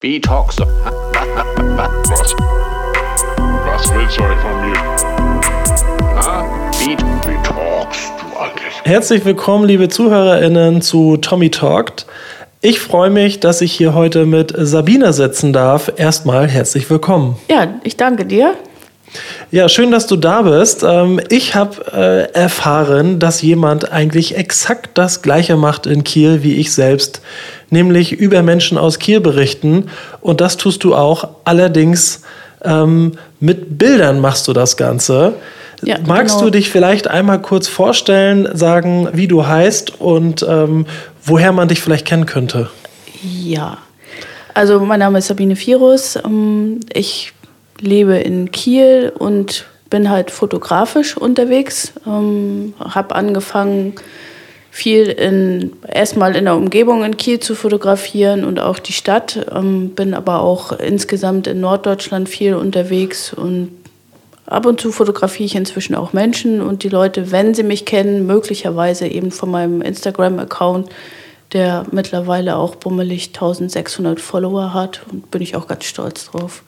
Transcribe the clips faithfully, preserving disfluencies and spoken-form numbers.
Wie talkst du? Was? Was willst du eigentlich von mir? Ha? Wie, Wie talkst du eigentlich? Herzlich willkommen, liebe ZuhörerInnen, zu Tommy Talkt. Ich freue mich, dass ich hier heute mit Sabine sitzen darf. Erstmal herzlich willkommen. Ja, ich danke dir. Ja, schön, dass du da bist. Ich habe äh, erfahren, dass jemand eigentlich exakt das Gleiche macht in Kiel wie ich selbst, nämlich über Menschen aus Kiel berichten. Und das tust du auch. Allerdings ähm, mit Bildern machst du das Ganze. Ja, Magst genau. du dich vielleicht einmal kurz vorstellen, sagen, wie du heißt und ähm, woher man dich vielleicht kennen könnte? Ja, also mein Name ist Sabine Virus. Ich lebe in Kiel und bin halt fotografisch unterwegs. Ähm, habe angefangen, viel in, erstmal in der Umgebung in Kiel zu fotografieren und auch die Stadt. Ähm, bin aber auch insgesamt in Norddeutschland viel unterwegs und ab und zu fotografiere ich inzwischen auch Menschen und die Leute, wenn sie mich kennen, möglicherweise eben von meinem Instagram-Account, der mittlerweile auch bummelig eintausendsechshundert Follower hat, und bin ich auch ganz stolz drauf.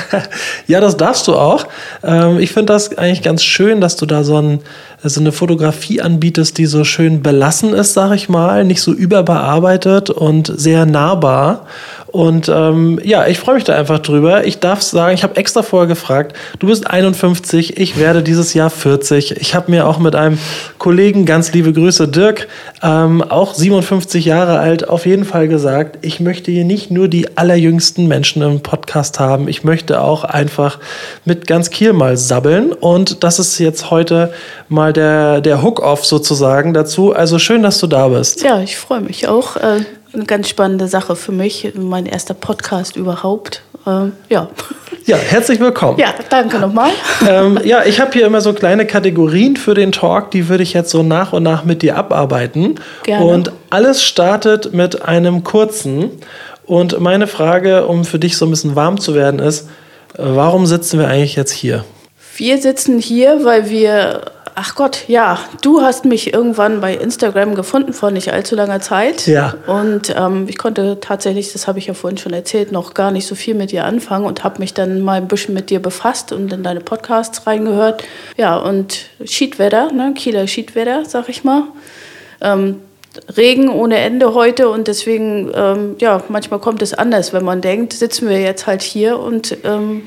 Ja, das darfst du auch. Ähm, ich finde das eigentlich ganz schön, dass du da so, ein, so eine Fotografie anbietest, die so schön belassen ist, sag ich mal, nicht so überbearbeitet und sehr nahbar. Und ähm, ja, ich freue mich da einfach drüber. Ich darf sagen, ich habe extra vorher gefragt, du bist einundfünfzig, ich werde dieses Jahr vierzig. Ich habe mir auch mit einem Kollegen, ganz liebe Grüße, Dirk, ähm, auch siebenundfünfzig Jahre alt, auf jeden Fall gesagt, ich möchte hier nicht nur die allerjüngsten Menschen im Podcast haben, ich möchte auch einfach mit ganz Kiel mal sabbeln. Und das ist jetzt heute mal der, der Hook-Off sozusagen dazu. Also schön, dass du da bist. Ja, ich freue mich auch. Äh, eine ganz spannende Sache für mich, mein erster Podcast überhaupt. Äh, ja. Ja, herzlich willkommen. Ja, danke nochmal. ähm, ja, ich habe hier immer so kleine Kategorien für den Talk, die würde ich jetzt so nach und nach mit dir abarbeiten. Gerne. Und alles startet mit einem kurzen. Und meine Frage, um für dich so ein bisschen warm zu werden, ist, warum sitzen wir eigentlich jetzt hier? Wir sitzen hier, weil wir, ach Gott, ja, du hast mich irgendwann bei Instagram gefunden vor nicht allzu langer Zeit. Ja. Und ähm, ich konnte tatsächlich, das habe ich ja vorhin schon erzählt, noch gar nicht so viel mit dir anfangen und habe mich dann mal ein bisschen mit dir befasst und in deine Podcasts reingehört. Ja, und Schiedwetter, ne, Kieler Schiedwetter, sag ich mal. Ähm, Regen ohne Ende heute und deswegen, ähm, ja, manchmal kommt es anders, wenn man denkt, sitzen wir jetzt halt hier und ähm,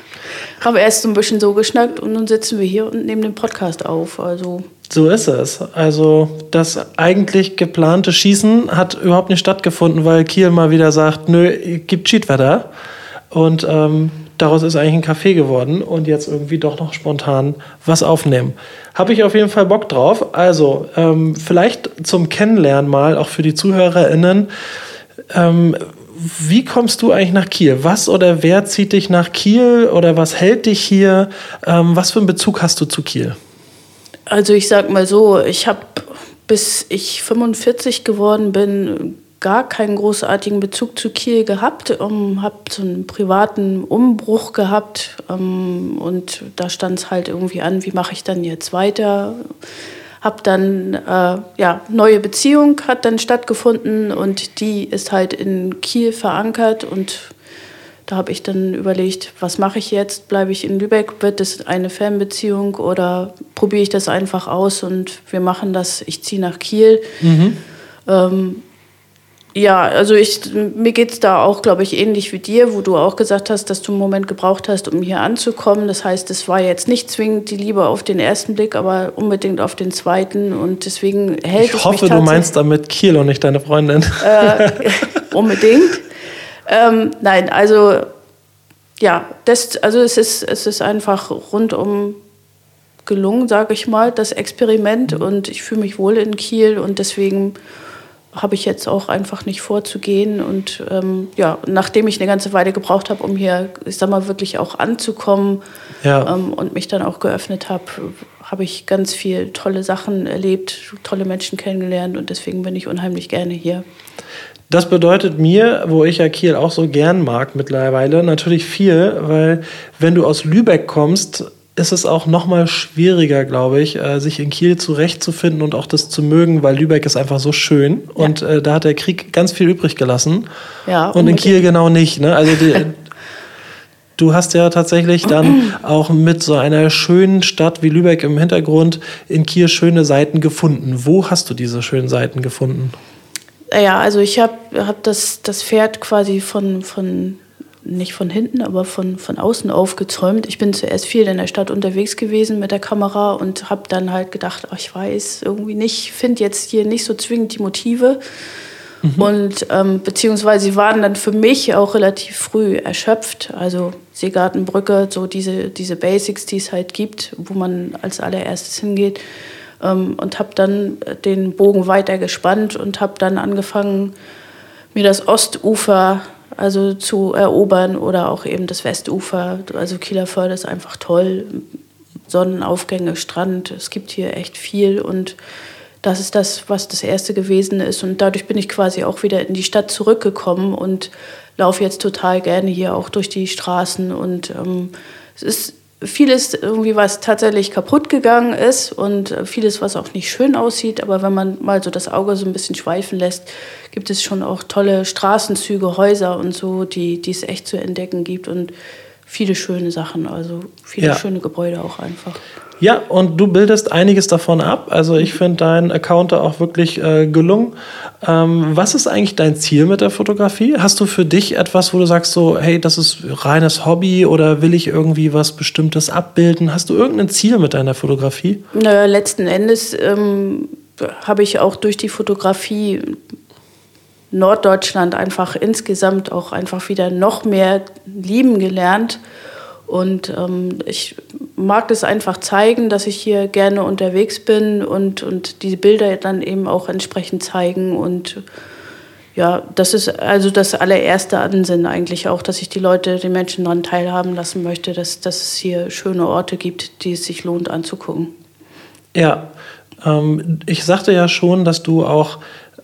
haben erst so ein bisschen so geschnackt und nun sitzen wir hier und nehmen den Podcast auf. Also So ist es. Also das eigentlich geplante Schießen hat überhaupt nicht stattgefunden, weil Kiel mal wieder sagt, nö, gibt Schiedwetter. Und ähm, daraus ist eigentlich ein Café geworden und jetzt irgendwie doch noch spontan was aufnehmen. Habe ich auf jeden Fall Bock drauf. Also ähm, vielleicht zum Kennenlernen mal, auch für die ZuhörerInnen. Ähm, wie kommst du eigentlich nach Kiel? Was oder wer zieht dich nach Kiel oder was hält dich hier? Ähm, was für einen Bezug hast du zu Kiel? Also ich sag mal so, ich habe, bis ich fünfundvierzig geworden bin, gar keinen großartigen Bezug zu Kiel gehabt. Um, habe so einen privaten Umbruch gehabt um, und da stand es halt irgendwie an, wie mache ich dann jetzt weiter? Habe dann, äh, ja, neue Beziehung hat dann stattgefunden und die ist halt in Kiel verankert und da habe ich dann überlegt, was mache ich jetzt? Bleibe ich in Lübeck? Wird das eine Fernbeziehung oder probiere ich das einfach aus und wir machen das, ich ziehe nach Kiel. Mhm. Ähm, ja, also ich, mir geht es da auch, glaube ich, ähnlich wie dir, wo du auch gesagt hast, dass du einen Moment gebraucht hast, um hier anzukommen. Das heißt, es war jetzt nicht zwingend die Liebe auf den ersten Blick, aber unbedingt auf den zweiten und deswegen hält es mich Ich hoffe, du meinst damit Kiel und nicht deine Freundin. Äh, unbedingt. Ähm, nein, also ja, das, also es ist, es ist einfach rundum gelungen, sage ich mal, das Experiment und ich fühle mich wohl in Kiel und deswegen habe ich jetzt auch einfach nicht vorzugehen und ähm, ja, nachdem ich eine ganze Weile gebraucht habe, um hier, ich sag mal, wirklich auch anzukommen Ja. ähm, und mich dann auch geöffnet habe, habe ich ganz viel tolle Sachen erlebt, tolle Menschen kennengelernt und deswegen bin ich unheimlich gerne hier. Das bedeutet mir, wo ich ja Kiel auch so gern mag mittlerweile, natürlich viel, weil wenn du aus Lübeck kommst, ist es auch noch mal schwieriger, glaube ich, äh, sich in Kiel zurechtzufinden und auch das zu mögen, weil Lübeck ist einfach so schön. Ja. Und äh, da hat der Krieg ganz viel übrig gelassen. Ja, und in Kiel genau nicht. Ne? Also die, du hast ja tatsächlich dann auch mit so einer schönen Stadt wie Lübeck im Hintergrund in Kiel schöne Seiten gefunden. Wo hast du diese schönen Seiten gefunden? Ja, also ich habe hab das, das Pferd quasi von... von nicht von hinten, aber von, von außen aufgezäumt. Ich bin zuerst viel in der Stadt unterwegs gewesen mit der Kamera und habe dann halt gedacht, ach, ich weiß irgendwie nicht, finde jetzt hier nicht so zwingend die Motive. Mhm. Und ähm, beziehungsweise sie waren dann für mich auch relativ früh erschöpft. Also Seegartenbrücke, so diese, diese Basics, die es halt gibt, wo man als allererstes hingeht. Ähm, und habe dann den Bogen weiter gespannt und habe dann angefangen, mir das Ostufer also zu erobern oder auch eben das Westufer. Also Kieler Förde ist einfach toll. Sonnenaufgänge, Strand, es gibt hier echt viel und das ist das, was das Erste gewesen ist. Und dadurch bin ich quasi auch wieder in die Stadt zurückgekommen und laufe jetzt total gerne hier auch durch die Straßen. Und ähm, es ist vieles irgendwie, was tatsächlich kaputt gegangen ist und vieles, was auch nicht schön aussieht. Aber wenn man mal so das Auge so ein bisschen schweifen lässt, gibt es schon auch tolle Straßenzüge, Häuser und so, die, die es echt zu entdecken gibt und viele schöne Sachen, also viele ja. schöne Gebäude auch einfach. Ja, und du bildest einiges davon ab. Also ich finde deinen Account da auch wirklich äh, gelungen. Ähm, was ist eigentlich dein Ziel mit der Fotografie? Hast du für dich etwas, wo du sagst so, hey, das ist reines Hobby oder will ich irgendwie was Bestimmtes abbilden? Hast du irgendein Ziel mit deiner Fotografie? Naja, letzten Endes ähm, habe ich auch durch die Fotografie Norddeutschland einfach insgesamt auch einfach wieder noch mehr lieben gelernt. Und ähm, ich mag das einfach zeigen, dass ich hier gerne unterwegs bin und, und die Bilder dann eben auch entsprechend zeigen. Und ja, das ist also das allererste Ansinnen eigentlich auch, dass ich die Leute, die Menschen daran teilhaben lassen möchte, dass, dass es hier schöne Orte gibt, die es sich lohnt anzugucken. Ja, ähm, ich sagte ja schon, dass du auch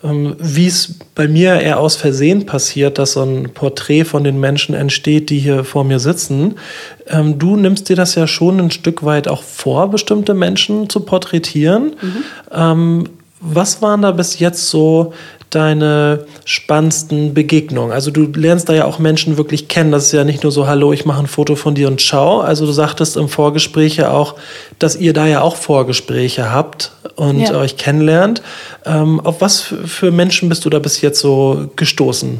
wie es bei mir eher aus Versehen passiert, dass so ein Porträt von den Menschen entsteht, die hier vor mir sitzen. Ähm, du nimmst dir das ja schon ein Stück weit auch vor, bestimmte Menschen zu porträtieren. Mhm. Ähm, was waren da bis jetzt so deine spannendsten Begegnungen? Also du lernst da ja auch Menschen wirklich kennen. Das ist ja nicht nur so, hallo, ich mache ein Foto von dir und ciao. Also du sagtest im Vorgespräch ja auch, dass ihr da ja auch Vorgespräche habt und ja. euch kennenlernt. Ähm, auf was für Menschen bist du da bis jetzt so gestoßen?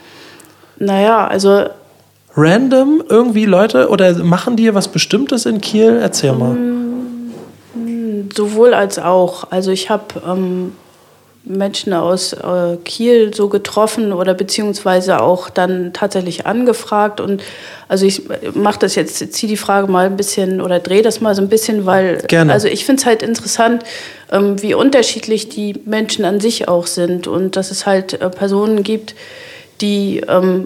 Naja, also... Random irgendwie Leute oder machen die was Bestimmtes in Kiel? Erzähl mal. Sowohl als auch. Also ich habe... Ähm Menschen aus äh, Kiel so getroffen oder beziehungsweise auch dann tatsächlich angefragt. Und also ich mache das jetzt, ziehe die Frage mal ein bisschen oder drehe das mal so ein bisschen, weil Gerne. Also ich finde es halt interessant, ähm, wie unterschiedlich die Menschen an sich auch sind und dass es halt äh, Personen gibt, die ähm,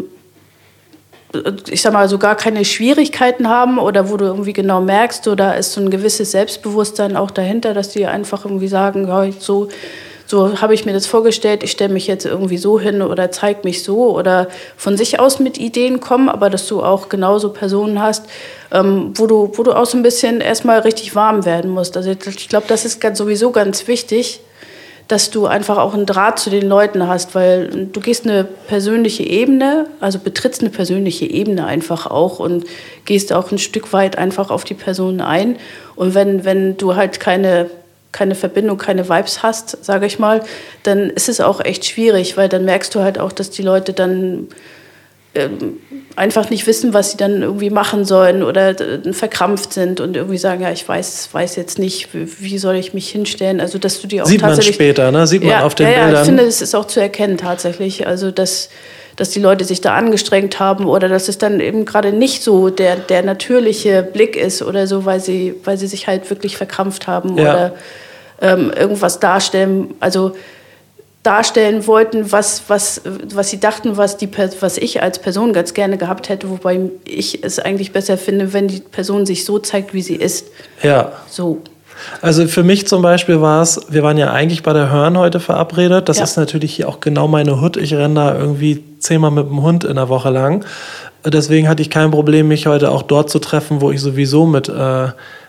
ich sag mal, so gar keine Schwierigkeiten haben oder wo du irgendwie genau merkst, so, da ist so ein gewisses Selbstbewusstsein auch dahinter, dass die einfach irgendwie sagen, ja, so So habe ich mir das vorgestellt, ich stelle mich jetzt irgendwie so hin oder zeige mich so oder von sich aus mit Ideen kommen, aber dass du auch genauso Personen hast, ähm, wo du, wo du auch so ein bisschen erstmal richtig warm werden musst. Also ich glaube, das ist ganz, sowieso ganz wichtig, dass du einfach auch einen Draht zu den Leuten hast, weil du gehst eine persönliche Ebene, also betrittst eine persönliche Ebene einfach auch und gehst auch ein Stück weit einfach auf die Person ein. Und wenn, wenn du halt keine keine Verbindung, keine Vibes hast, sage ich mal, dann ist es auch echt schwierig, weil dann merkst du halt auch, dass die Leute dann ähm, einfach nicht wissen, was sie dann irgendwie machen sollen oder äh, verkrampft sind und irgendwie sagen, ja, ich weiß, weiß jetzt nicht, wie, wie soll ich mich hinstellen. Also, dass du die auch Sieht tatsächlich... Sieht man später, ne? Sieht man ja, auf den ja, Bildern. Ja, ich finde, es ist auch zu erkennen tatsächlich. Also, dass, dass die Leute sich da angestrengt haben oder dass es dann eben gerade nicht so der, der natürliche Blick ist oder so, weil sie, weil sie sich halt wirklich verkrampft haben ja. oder ähm, irgendwas darstellen, also darstellen wollten, was, was, was sie dachten, was, die, was ich als Person ganz gerne gehabt hätte, wobei ich es eigentlich besser finde, wenn die Person sich so zeigt, wie sie ist. Ja. So. Also für mich zum Beispiel war es, wir waren ja eigentlich bei der Hörn heute verabredet. Das ja. ist natürlich hier auch genau meine Hut. Ich renne da irgendwie zehnmal mit dem Hund in der Woche lang. Deswegen hatte ich kein Problem, mich heute auch dort zu treffen, wo ich sowieso mit äh,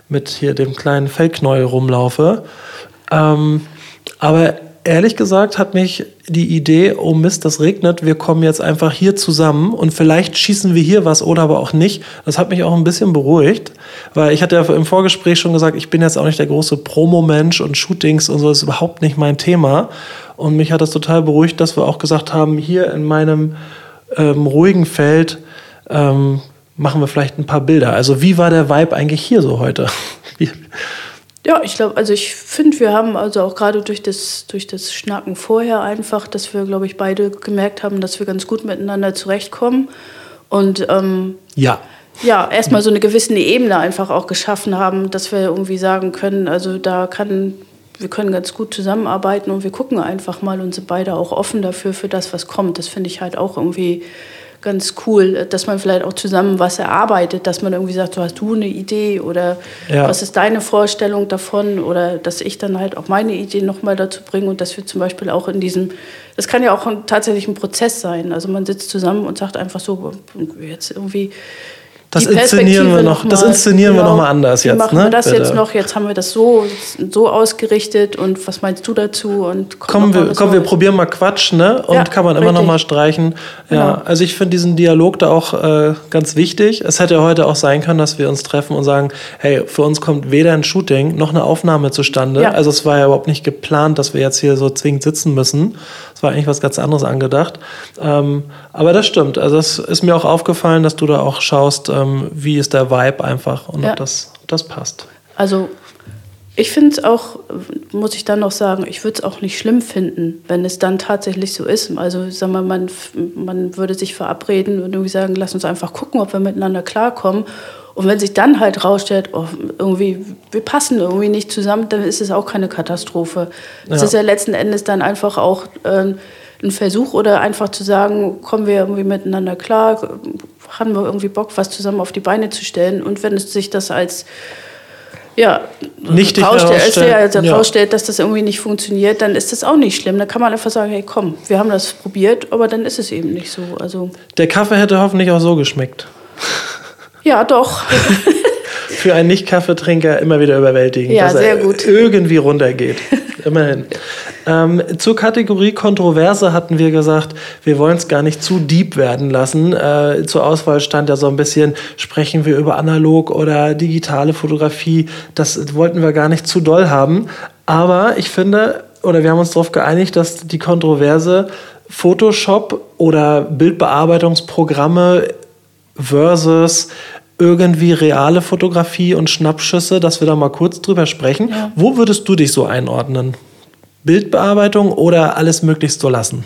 mit hier dem kleinen Fellknäuel rumlaufe. Ähm, aber ehrlich gesagt hat mich die Idee, oh Mist, das regnet, wir kommen jetzt einfach hier zusammen und vielleicht schießen wir hier was oder aber auch nicht. Das hat mich auch ein bisschen beruhigt, weil ich hatte ja im Vorgespräch schon gesagt, ich bin jetzt auch nicht der große Promo-Mensch und Shootings und so, das ist überhaupt nicht mein Thema. Und mich hat das total beruhigt, dass wir auch gesagt haben, hier in meinem ähm, ruhigen Feld ähm, machen wir vielleicht ein paar Bilder. Also wie war der Vibe eigentlich hier so heute? Ja, ich glaube, also ich finde, wir haben also auch gerade durch das, durch das Schnacken vorher einfach, dass wir, glaube ich, beide gemerkt haben, dass wir ganz gut miteinander zurechtkommen und ähm, ja, ja, erstmal so eine gewisse Ebene einfach auch geschaffen haben, dass wir irgendwie sagen können, also da kann, wir können ganz gut zusammenarbeiten und wir gucken einfach mal und sind beide auch offen dafür, für das, was kommt. Das finde ich halt auch irgendwie ganz cool, dass man vielleicht auch zusammen was erarbeitet, dass man irgendwie sagt, so hast du eine Idee oder ja. was ist deine Vorstellung davon oder dass ich dann halt auch meine Idee nochmal dazu bringe und dass wir zum Beispiel auch in diesem, das kann ja auch ein, tatsächlich ein Prozess sein, also man sitzt zusammen und sagt einfach so, jetzt irgendwie Das inszenieren wir noch, noch das inszenieren genau, wir noch mal anders jetzt. Wie machen ne? wir das Bitte. jetzt noch? Jetzt haben wir das so, so ausgerichtet und was meinst du dazu? Und komm, wir, komm wir probieren mal Quatsch, ne? Und ja, kann man immer richtig. noch mal streichen. Ja, genau. Also ich finde diesen Dialog da auch äh, ganz wichtig. Es hätte heute auch sein können, dass wir uns treffen und sagen, hey, für uns kommt weder ein Shooting noch eine Aufnahme zustande. Ja. Also es war ja überhaupt nicht geplant, dass wir jetzt hier so zwingend sitzen müssen. Es war eigentlich was ganz anderes angedacht. Ähm, aber das stimmt. Also es ist mir auch aufgefallen, dass du da auch schaust, ähm, wie ist der Vibe einfach und ja. ob, das, ob das passt. Also ich finde es auch, muss ich dann noch sagen, ich würde es auch nicht schlimm finden, wenn es dann tatsächlich so ist. Also sag mal, man, man würde sich verabreden und irgendwie sagen, lass uns einfach gucken, ob wir miteinander klarkommen. Und wenn sich dann halt rausstellt, oh, irgendwie, wir passen irgendwie nicht zusammen, dann ist es auch keine Katastrophe. Es ja. ist ja letzten Endes dann einfach auch äh, ein Versuch oder einfach zu sagen, kommen wir irgendwie miteinander klar, haben wir irgendwie Bock, was zusammen auf die Beine zu stellen. Und wenn es sich das als ja, nicht rausstellt, also ja. rausstellt, dass das irgendwie nicht funktioniert, dann ist das auch nicht schlimm. Da kann man einfach sagen, hey komm, wir haben das probiert, aber dann ist es eben nicht so. Also der Kaffee hätte hoffentlich auch so geschmeckt. Ja, doch. Für einen Nicht-Kaffeetrinker immer wieder überwältigend, ja, dass sehr er gut. irgendwie runtergeht. Immerhin. Ähm, zur Kategorie Kontroverse hatten wir gesagt, wir wollen es gar nicht zu deep werden lassen. Äh, zur Auswahl stand ja so ein bisschen, sprechen wir über analog oder digitale Fotografie. Das wollten wir gar nicht zu doll haben. Aber ich finde, oder wir haben uns darauf geeinigt, dass die Kontroverse Photoshop oder Bildbearbeitungsprogramme versus irgendwie reale Fotografie und Schnappschüsse, dass wir da mal kurz drüber sprechen. Ja. Wo würdest du dich so einordnen? Bildbearbeitung oder alles möglichst so lassen?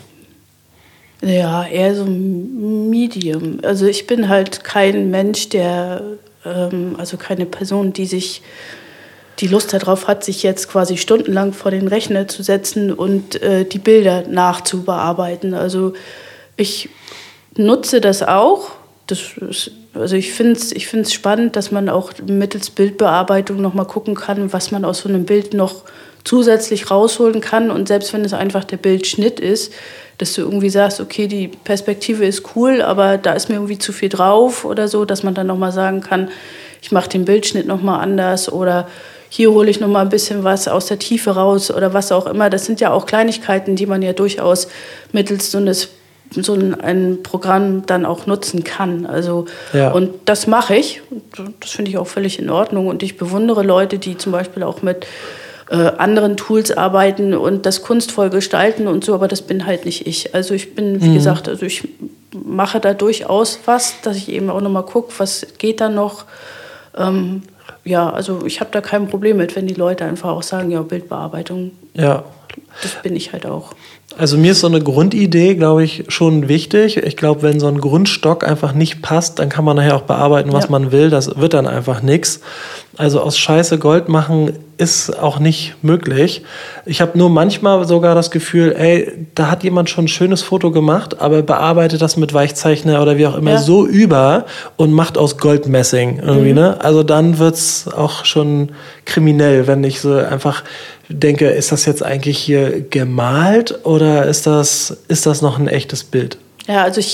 Ja, eher so Medium. Also ich bin halt kein Mensch, der, ähm, also keine Person, die sich die Lust darauf hat, sich jetzt quasi stundenlang vor den Rechner zu setzen und äh, die Bilder nachzubearbeiten. Also ich nutze das auch. Das ist, also ich finde es ich find's spannend, dass man auch mittels Bildbearbeitung noch mal gucken kann, was man aus so einem Bild noch zusätzlich rausholen kann. Und selbst wenn es einfach der Bildschnitt ist, dass du irgendwie sagst, okay, die Perspektive ist cool, aber da ist mir irgendwie zu viel drauf oder so, dass man dann noch mal sagen kann, ich mache den Bildschnitt noch mal anders oder hier hole ich noch mal ein bisschen was aus der Tiefe raus oder was auch immer. Das sind ja auch Kleinigkeiten, die man ja durchaus mittels so eines so ein Programm dann auch nutzen kann. Also, ja. Und das mache ich. Das finde ich auch völlig in Ordnung. Und ich bewundere Leute, die zum Beispiel auch mit äh, anderen Tools arbeiten und das kunstvoll gestalten und so, aber das bin halt nicht ich. Also ich bin, wie mhm. gesagt, also ich mache da durchaus was, dass ich eben auch nochmal gucke, was geht da noch. Ähm, ja, also ich habe da kein Problem mit, wenn die Leute einfach auch sagen, ja, Bildbearbeitung, ja. das bin ich halt auch. Also mir ist so eine Grundidee, glaube ich, schon wichtig. Ich glaube, wenn so ein Grundstock einfach nicht passt, dann kann man nachher auch bearbeiten, was ja. man will. Das wird dann einfach nichts. Also aus Scheiße Gold machen ist auch nicht möglich. Ich habe nur manchmal sogar das Gefühl, ey, da hat jemand schon ein schönes Foto gemacht, aber bearbeitet das mit Weichzeichner oder wie auch immer ja. so über und macht aus Goldmessing irgendwie, mhm. ne? Also dann wird's auch schon kriminell, wenn ich so einfach denke, ist das jetzt eigentlich hier gemalt oder ist das, ist das noch ein echtes Bild? Ja, also ich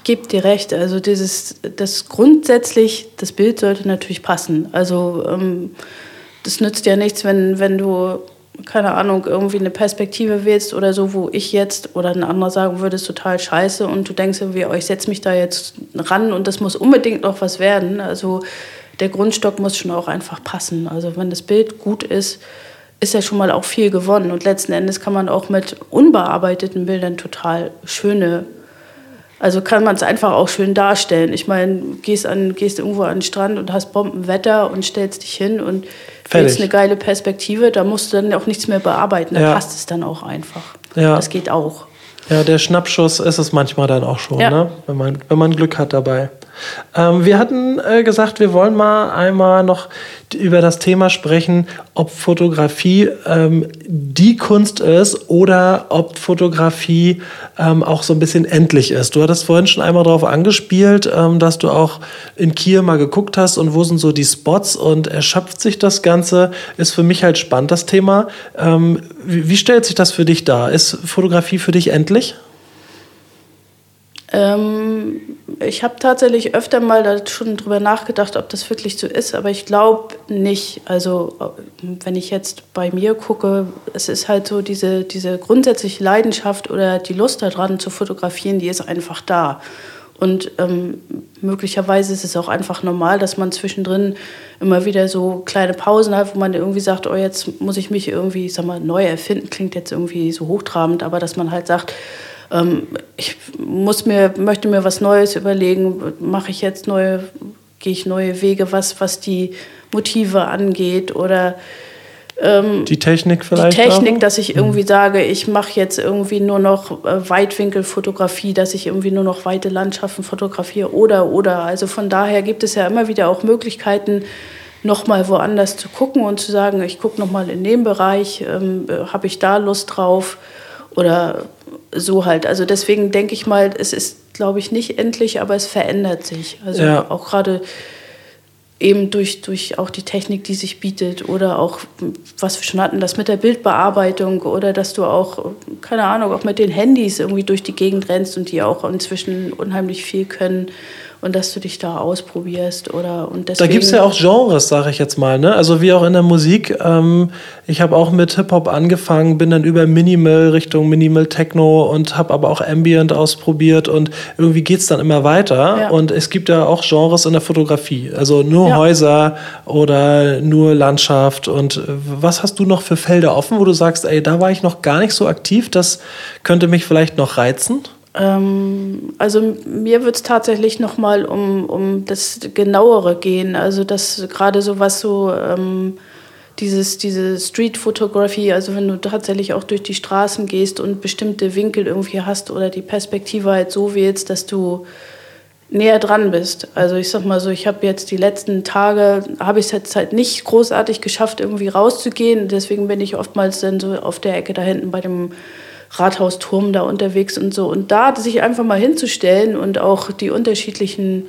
gebe dir recht. Also dieses, das grundsätzlich, das Bild sollte natürlich passen. Also ähm, das nützt ja nichts, wenn, wenn du, keine Ahnung, irgendwie eine Perspektive wählst oder so, wo ich jetzt oder ein anderer sagen würde, ist total scheiße und du denkst irgendwie, oh, ich setze mich da jetzt ran und das muss unbedingt noch was werden. Also der Grundstock muss schon auch einfach passen. Also wenn das Bild gut ist, ist ja schon mal auch viel gewonnen. Und letzten Endes kann man auch mit unbearbeiteten Bildern total schöne, also kann man es einfach auch schön darstellen. Ich meine, gehst, an, gehst irgendwo an den Strand und hast Bombenwetter und stellst dich hin und wählst eine geile Perspektive, da musst du dann auch nichts mehr bearbeiten, da ja. passt es dann auch einfach. Ja. Das geht auch. Ja, der Schnappschuss ist es manchmal dann auch schon, ja. ne? wenn man, wenn man Glück hat dabei. Ähm, wir hatten äh, gesagt, wir wollen mal einmal noch über das Thema sprechen, ob Fotografie ähm, die Kunst ist oder ob Fotografie ähm, auch so ein bisschen endlich ist. Du hattest vorhin schon einmal darauf angespielt, ähm, dass du auch in Kiel mal geguckt hast und wo sind so die Spots und erschöpft sich das Ganze. Ist für mich halt spannend, das Thema. Ähm, wie, wie stellt sich das für dich dar? Ist Fotografie für dich endlich? Ähm, ich habe tatsächlich öfter mal da schon drüber nachgedacht, ob das wirklich so ist, aber ich glaube nicht. Also wenn ich jetzt bei mir gucke, es ist halt so diese, diese grundsätzliche Leidenschaft oder die Lust daran zu fotografieren, die ist einfach da. Und ähm, möglicherweise ist es auch einfach normal, dass man zwischendrin immer wieder so kleine Pausen hat, wo man irgendwie sagt, oh, jetzt muss ich mich irgendwie, ich sag mal, neu erfinden, klingt jetzt irgendwie so hochtrabend, aber dass man halt sagt, ich muss mir, möchte mir was Neues überlegen, mache ich jetzt neue, gehe ich neue Wege, was, was die Motive angeht oder ähm, die Technik vielleicht die Technik, auch? Dass ich irgendwie sage, ich mache jetzt irgendwie nur noch äh, Weitwinkelfotografie, dass ich irgendwie nur noch weite Landschaften fotografiere oder, oder. Also von daher gibt es ja immer wieder auch Möglichkeiten, nochmal woanders zu gucken und zu sagen, ich gucke nochmal in dem Bereich, ähm, habe ich da Lust drauf oder so halt. Also deswegen denke ich mal, es ist, glaube ich, nicht endlich, aber es verändert sich. Also ja. auch gerade eben durch, durch auch die Technik, die sich bietet oder auch, was wir schon hatten, das mit der Bildbearbeitung oder dass du auch, keine Ahnung, auch mit den Handys irgendwie durch die Gegend rennst und die auch inzwischen unheimlich viel können. Und dass du dich da ausprobierst oder und deswegen. Da gibt es ja auch Genres, sage ich jetzt mal, ne? Also wie auch in der Musik. Ähm, ich habe auch mit Hip-Hop angefangen, bin dann über Minimal Richtung Minimal Techno und habe aber auch Ambient ausprobiert und irgendwie geht es dann immer weiter. Ja. Und es gibt ja auch Genres in der Fotografie. Also nur ja. Häuser oder nur Landschaft. Und was hast du noch für Felder offen, wo du sagst, ey, da war ich noch gar nicht so aktiv, das könnte mich vielleicht noch reizen? Also mir wird es tatsächlich nochmal um, um das Genauere gehen. Also das gerade so was so ähm, dieses, diese Street-Fotografie, also wenn du tatsächlich auch durch die Straßen gehst und bestimmte Winkel irgendwie hast oder die Perspektive halt so wählst, dass du näher dran bist. Also ich sag mal so, ich habe jetzt die letzten Tage, habe ich es jetzt halt nicht großartig geschafft, irgendwie rauszugehen. Deswegen bin ich oftmals dann so auf der Ecke da hinten bei dem Rathausturm da unterwegs und so. Und da sich einfach mal hinzustellen und auch die unterschiedlichen,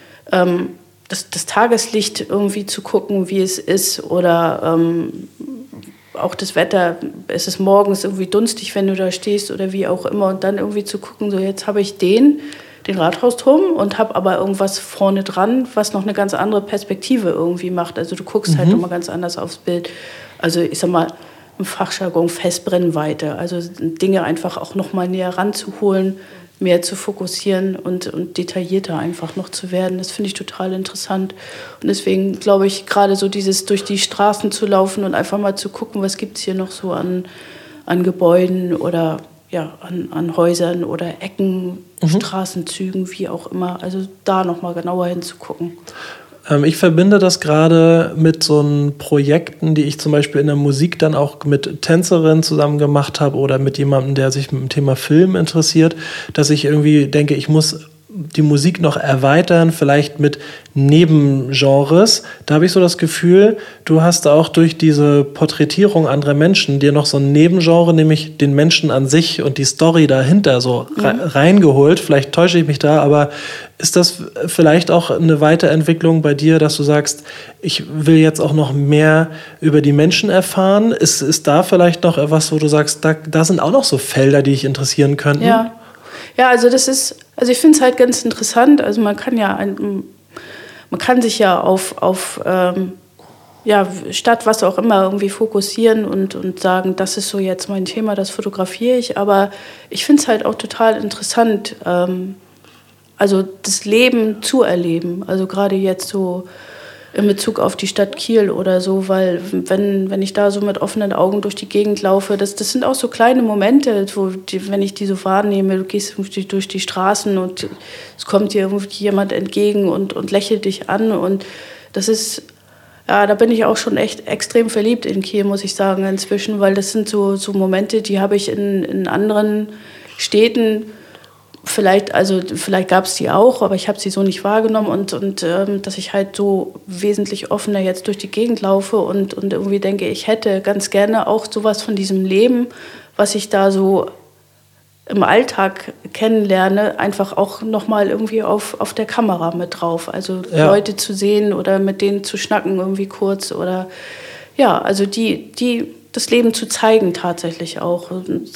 ähm, das, das Tageslicht irgendwie zu gucken, wie es ist oder ähm, auch das Wetter, es ist morgens irgendwie dunstig, wenn du da stehst oder wie auch immer und dann irgendwie zu gucken, so jetzt habe ich den, den Rathausturm und habe aber irgendwas vorne dran, was noch eine ganz andere Perspektive irgendwie macht. Also du guckst mhm. halt nochmal ganz anders aufs Bild. Also ich sag mal, im Fachjargon Festbrennweite, also Dinge einfach auch noch mal näher ranzuholen, mehr zu fokussieren und, und detaillierter einfach noch zu werden. Das finde ich total interessant. Und deswegen glaube ich, gerade so dieses durch die Straßen zu laufen und einfach mal zu gucken, was gibt es hier noch so an, an Gebäuden oder ja, an, an Häusern oder Ecken, mhm. Straßenzügen, wie auch immer. Also da noch mal genauer hinzugucken. Ich verbinde das gerade mit so einen Projekten, die ich zum Beispiel in der Musik dann auch mit Tänzerinnen zusammen gemacht habe oder mit jemandem, der sich mit dem Thema Film interessiert, dass ich irgendwie denke, ich muss die Musik noch erweitern, vielleicht mit Nebengenres. Da habe ich so das Gefühl, du hast auch durch diese Porträtierung anderer Menschen dir noch so ein Nebengenre, nämlich den Menschen an sich und die Story dahinter so mhm. reingeholt. Vielleicht täusche ich mich da, aber ist das vielleicht auch eine Weiterentwicklung bei dir, dass du sagst, ich will jetzt auch noch mehr über die Menschen erfahren? Ist, ist da vielleicht noch etwas, wo du sagst, da, da sind auch noch so Felder, die dich interessieren könnten? Ja. Ja, also das ist, also ich finde es halt ganz interessant. Also man kann ja, ein, man kann sich ja auf, auf ähm, ja, Stadt, was auch immer, irgendwie fokussieren und, und sagen, das ist so jetzt mein Thema, das fotografiere ich. Aber ich finde es halt auch total interessant, ähm, also das Leben zu erleben. Also gerade jetzt so in Bezug auf die Stadt Kiel oder so, weil wenn, wenn ich da so mit offenen Augen durch die Gegend laufe, das, das sind auch so kleine Momente, wo die, wenn ich die so wahrnehme, du gehst durch die Straßen und es kommt dir irgendwie jemand entgegen und, und lächelt dich an und das ist, ja, da bin ich auch schon echt extrem verliebt in Kiel, muss ich sagen, inzwischen, weil das sind so, so Momente, die habe ich in, in anderen Städten vielleicht, also vielleicht gab es die auch, aber ich habe sie so nicht wahrgenommen und, und ähm, dass ich halt so wesentlich offener jetzt durch die Gegend laufe und, und irgendwie denke, ich hätte ganz gerne auch sowas von diesem Leben, was ich da so im Alltag kennenlerne, einfach auch nochmal irgendwie auf, auf der Kamera mit drauf. Also ja. Leute zu sehen oder mit denen zu schnacken irgendwie kurz oder ja, also die, die das Leben zu zeigen tatsächlich auch.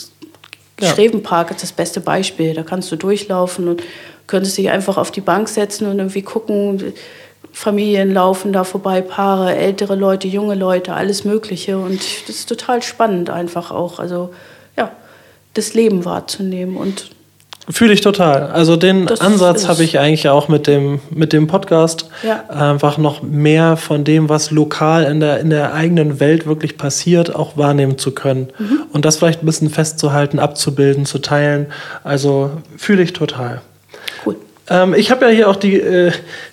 Ja. Schrevenpark ist das beste Beispiel. Da kannst du durchlaufen und könntest dich einfach auf die Bank setzen und irgendwie gucken, Familien laufen da vorbei, Paare, ältere Leute, junge Leute, alles Mögliche. Und das ist total spannend einfach auch. Also ja, das Leben wahrzunehmen und fühle ich total. Also den Ansatz habe ich eigentlich auch mit dem, mit dem Podcast. Ja. Einfach noch mehr von dem, was lokal in der, in der eigenen Welt wirklich passiert, auch wahrnehmen zu können. Mhm. Und das vielleicht ein bisschen festzuhalten, abzubilden, zu teilen. Also fühle ich total. Cool. Ähm, ich habe ja hier auch die, äh,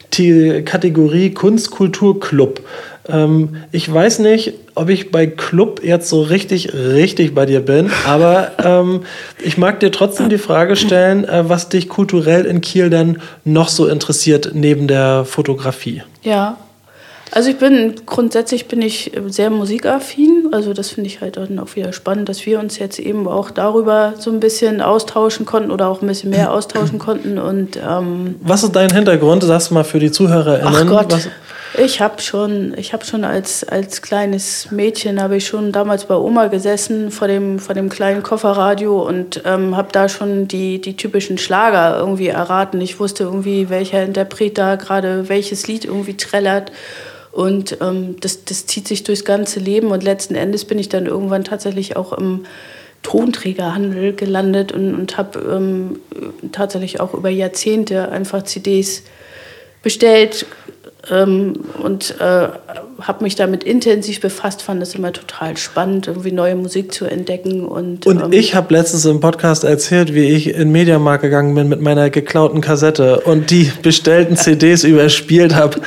die Kategorie Kunst, Kultur, Club. Ähm, ich weiß nicht, ob ich bei Club jetzt so richtig, richtig bei dir bin, aber ähm, ich mag dir trotzdem die Frage stellen, äh, was dich kulturell in Kiel denn noch so interessiert neben der Fotografie. Ja, also ich bin, grundsätzlich bin ich sehr musikaffin, also das finde ich halt dann auch wieder spannend, dass wir uns jetzt eben auch darüber so ein bisschen austauschen konnten oder auch ein bisschen mehr austauschen konnten. Und ähm, was ist dein Hintergrund? Sagst du mal für die ZuhörerInnen. Ach Gott. Was Ich habe schon, ich habe schon als, als kleines Mädchen, habe ich schon damals bei Oma gesessen vor dem, vor dem kleinen Kofferradio und ähm, habe da schon die, die typischen Schlager irgendwie erraten. Ich wusste irgendwie, welcher Interpret da gerade welches Lied irgendwie trällert. Und ähm, das, das zieht sich durchs ganze Leben und letzten Endes bin ich dann irgendwann tatsächlich auch im Tonträgerhandel gelandet und, und habe ähm, tatsächlich auch über Jahrzehnte einfach C Ds bestellt, Ähm, und äh, habe mich damit intensiv befasst, fand es immer total spannend, irgendwie neue Musik zu entdecken. Und, und ähm, ich habe letztens im Podcast erzählt, wie ich in den Mediamarkt gegangen bin mit meiner geklauten Kassette und die bestellten C Ds überspielt habe,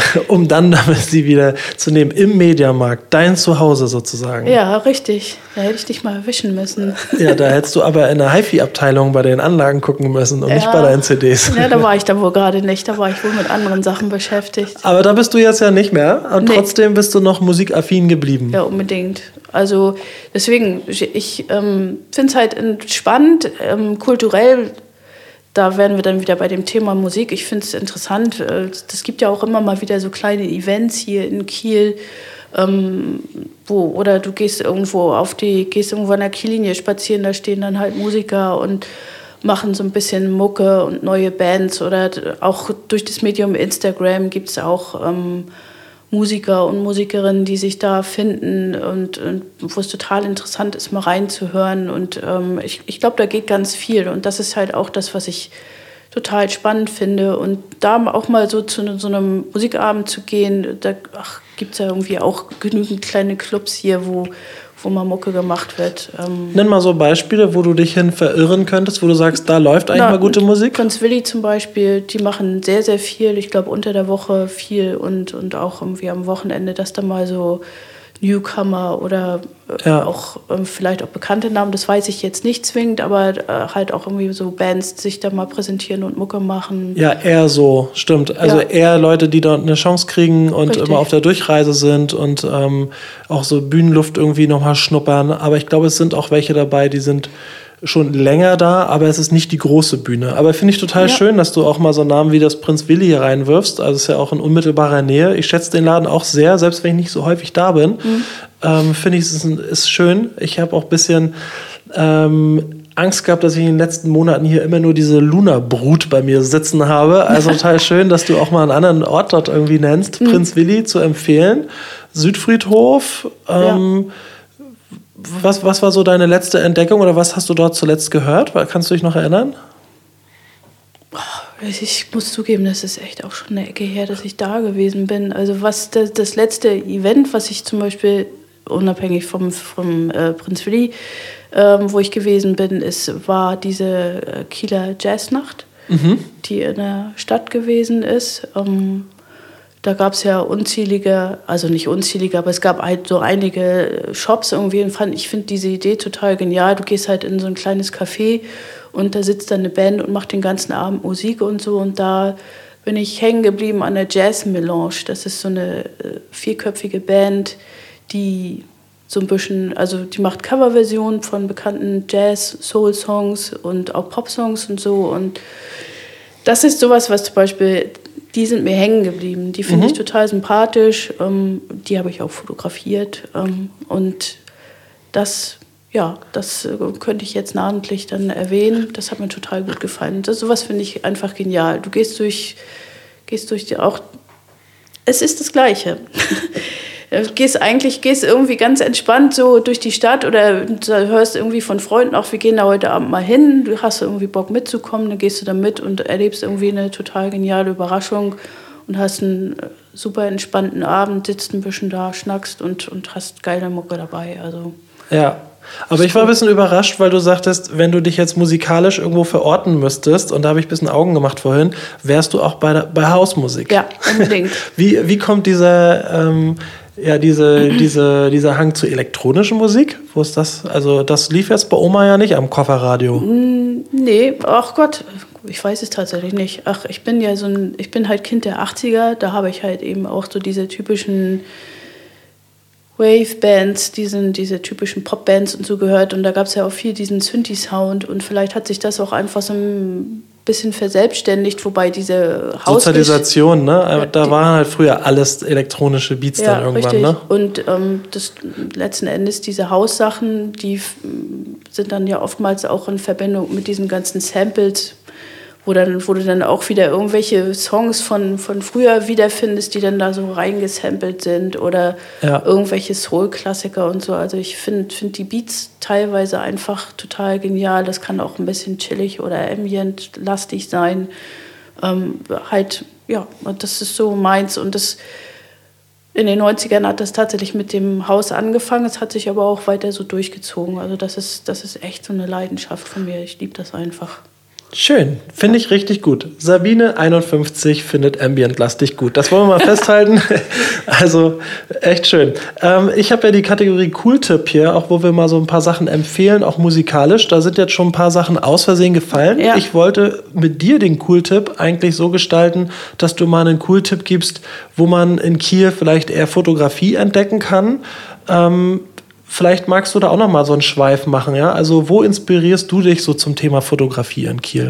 um dann damit sie wieder zu nehmen im Mediamarkt, dein Zuhause sozusagen. Ja, richtig. Da hätte ich dich mal erwischen müssen. Ja, da hättest du aber in der Hi-Fi-Abteilung bei den Anlagen gucken müssen und ja, nicht bei deinen C Ds. Ja, da war ich da wohl gerade nicht, da war ich wohl mit anderen Sachen beschäftigt. Aber da bist du jetzt ja nicht mehr und nee. Trotzdem bist du noch musikaffin geblieben. Ja, unbedingt. Also deswegen, ich ähm, finde es halt spannend, ähm, kulturell, da wären wir dann wieder bei dem Thema Musik. Ich finde es interessant, es gibt ja auch immer mal wieder so kleine Events hier in Kiel, ähm, wo, oder du gehst irgendwo auf die, gehst irgendwo an der Kiellinie spazieren, da stehen dann halt Musiker und machen so ein bisschen Mucke und neue Bands oder auch durch das Medium Instagram gibt es auch ähm, Musiker und Musikerinnen, die sich da finden und, und wo es total interessant ist, mal reinzuhören und ähm, ich, ich glaube, da geht ganz viel und das ist halt auch das, was ich total spannend finde und da auch mal so zu so einem Musikabend zu gehen, da gibt es ja irgendwie auch genügend kleine Clubs hier, wo wo mal Mucke gemacht wird. Ähm Nenn mal so Beispiele, wo du dich hin verirren könntest, wo du sagst, da läuft eigentlich Na, mal gute Musik. Prinz Willi zum Beispiel, die machen sehr, sehr viel. Ich glaube, unter der Woche viel und, und auch irgendwie am Wochenende, dass da mal so Newcomer oder ja. auch ähm, vielleicht auch bekannte Namen, das weiß ich jetzt nicht zwingend, aber äh, halt auch irgendwie so Bands sich da mal präsentieren und Mucke machen. Ja, eher so, stimmt. Also ja. eher Leute, die dort eine Chance kriegen und Richtig. Immer auf der Durchreise sind und ähm, auch so Bühnenluft irgendwie nochmal schnuppern. Aber ich glaube, es sind auch welche dabei, die sind schon länger da, aber es ist nicht die große Bühne. Aber finde ich total ja. schön, dass du auch mal so einen Namen wie das Prinz Willi hier reinwirfst. Also es ist ja auch in unmittelbarer Nähe. Ich schätze den Laden auch sehr, selbst wenn ich nicht so häufig da bin. Mhm. Ähm, finde ich, es ist, ist schön. Ich habe auch ein bisschen ähm, Angst gehabt, dass ich in den letzten Monaten hier immer nur diese Luna-Brut bei mir sitzen habe. Also total schön, dass du auch mal einen anderen Ort dort irgendwie nennst. Mhm. Prinz Willi zu empfehlen. Südfriedhof. Ähm, ja. was, was war so deine letzte Entdeckung oder was hast du dort zuletzt gehört? Kannst du dich noch erinnern? Ich muss zugeben, das ist echt auch schon eine Ecke her, dass ich da gewesen bin. Also was das, das letzte Event, was ich zum Beispiel unabhängig vom, vom äh, Prinz Willi, ähm, wo ich gewesen bin, ist, war diese äh, Kieler Jazznacht, mhm. die in der Stadt gewesen ist. Ähm, da gab es ja unzählige, also nicht unzählige, aber es gab halt so einige Shops irgendwie. Und fand, ich finde diese Idee total genial. Du gehst halt in so ein kleines Café und da sitzt dann eine Band und macht den ganzen Abend Musik und so. Und da bin ich hängen geblieben an der Jazz Melange. Das ist so eine äh, vierköpfige Band, die so ein bisschen, also die macht Coverversionen von bekannten Jazz-Soul-Songs und auch Pop-Songs und so. Und das ist sowas, was zum Beispiel, die sind mir hängen geblieben. Die finde mhm. ich total sympathisch. Ähm, die habe ich auch fotografiert. Ähm, und das, ja, das äh, könnte ich jetzt namentlich dann erwähnen. Das hat mir total gut gefallen. Das, sowas finde ich einfach genial. Du gehst durch, gehst durch die auch, es ist das Gleiche. Du gehst eigentlich gehst irgendwie ganz entspannt so durch die Stadt oder hörst irgendwie von Freunden auch, wir gehen da heute Abend mal hin, du hast irgendwie Bock mitzukommen, dann gehst du da mit und erlebst irgendwie eine total geniale Überraschung und hast einen super entspannten Abend, sitzt ein bisschen da, schnackst und, und hast geile Mucke dabei. Also, ja, aber ich war ein bisschen überrascht, weil du sagtest, wenn du dich jetzt musikalisch irgendwo verorten müsstest, und da habe ich ein bisschen Augen gemacht vorhin, wärst du auch bei, der, bei Hausmusik. Ja, unbedingt. wie, wie kommt dieser... Ähm, Ja, diese, diese, dieser Hang zur elektronischen Musik, wo ist das? Also das lief jetzt bei Oma ja nicht am Kofferradio. Nee, ach Gott, ich weiß es tatsächlich nicht. Ach, ich bin ja so ein, ich bin halt Kind der achtziger, da habe ich halt eben auch so diese typischen Wave-Bands, diesen, diese typischen Pop-Bands und so gehört. Und da gab es ja auch viel diesen Synthi-Sound und vielleicht hat sich das auch einfach so ein bisschen verselbstständigt, wobei diese Haus Sozialisation, ne? Ja, da waren halt früher alles elektronische Beats ja, dann irgendwann, richtig. Ne? Und ähm, das letzten Endes diese Haussachen, die f- sind dann ja oftmals auch in Verbindung mit diesen ganzen Samples, wo dann, wo du dann auch wieder irgendwelche Songs von, von früher wiederfindest, die dann da so reingesampelt sind oder ja. irgendwelche Soul-Klassiker und so. Also ich finde find die Beats teilweise einfach total genial. Das kann auch ein bisschen chillig oder ambient-lastig sein. Ähm, halt, ja, das ist so meins. Und das in den neunzigern hat das tatsächlich mit dem Haus angefangen. Es hat sich aber auch weiter so durchgezogen. Also das ist, das ist echt so eine Leidenschaft von mir. Ich liebe das einfach. Schön, finde ich richtig gut. Sabine einundfünfzig findet Ambient-lastig gut. Das wollen wir mal festhalten. Also echt schön. Ähm, ich habe ja die Kategorie Cool-Tipp hier, auch wo wir mal so ein paar Sachen empfehlen, auch musikalisch. Da sind jetzt schon ein paar Sachen aus Versehen gefallen. Ja. Ich wollte mit dir den Cool-Tipp eigentlich so gestalten, dass du mal einen Cool-Tipp gibst, wo man in Kiel vielleicht eher Fotografie entdecken kann. Ähm, Vielleicht magst du da auch noch mal so einen Schweif machen, ja? Also wo inspirierst du dich so zum Thema Fotografie in Kiel?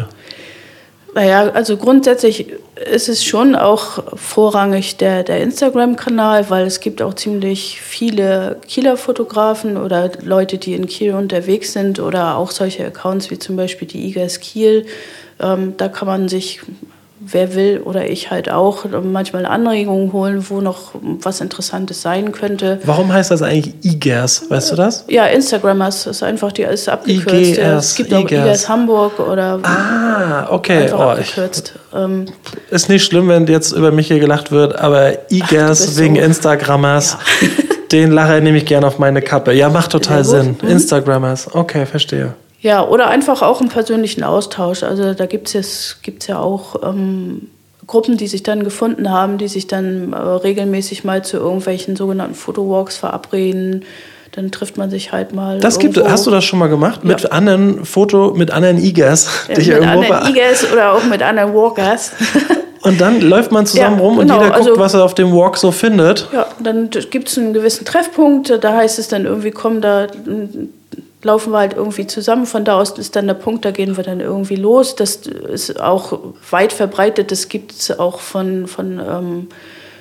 Naja, also grundsätzlich ist es schon auch vorrangig der, der Instagram-Kanal, weil es gibt auch ziemlich viele Kieler Fotografen oder Leute, die in Kiel unterwegs sind oder auch solche Accounts wie zum Beispiel die I G A S Kiel. Ähm, da kann man sich... wer will oder ich halt auch manchmal Anregungen holen, wo noch was Interessantes sein könnte. Warum heißt das eigentlich I G A S? Weißt du das? Ja, Instagrammers ist einfach die ist abgekürzt. I G A S, es gibt auch I G A S Hamburg oder ah, okay. einfach oh, abgekürzt. Ähm, ist nicht schlimm, wenn jetzt über mich hier gelacht wird, aber I G A S Ach, wegen so. Instagrammers, ja. Den Lacher nehme ich gerne auf meine Kappe. Ja, macht total Sinn. Mhm. Instagrammers, okay, verstehe. Ja, oder einfach auch einen persönlichen Austausch. Also da gibt es gibt's ja auch ähm, Gruppen, die sich dann gefunden haben, die sich dann äh, regelmäßig mal zu irgendwelchen sogenannten Fotowalks verabreden. Dann trifft man sich halt mal. Das gibt, hast du das schon mal gemacht? Ja. Mit anderen Foto, mit anderen I G A S? Ja, mit anderen I G A S oder auch mit anderen Walkers. Und dann läuft man zusammen ja, rum genau. und jeder guckt, also, was er auf dem Walk so findet. Ja, dann gibt es einen gewissen Treffpunkt. Da heißt es dann irgendwie, komm, da laufen wir halt irgendwie zusammen. Von da aus ist dann der Punkt, da gehen wir dann irgendwie los. Das ist auch weit verbreitet. Das gibt es auch von, von ähm,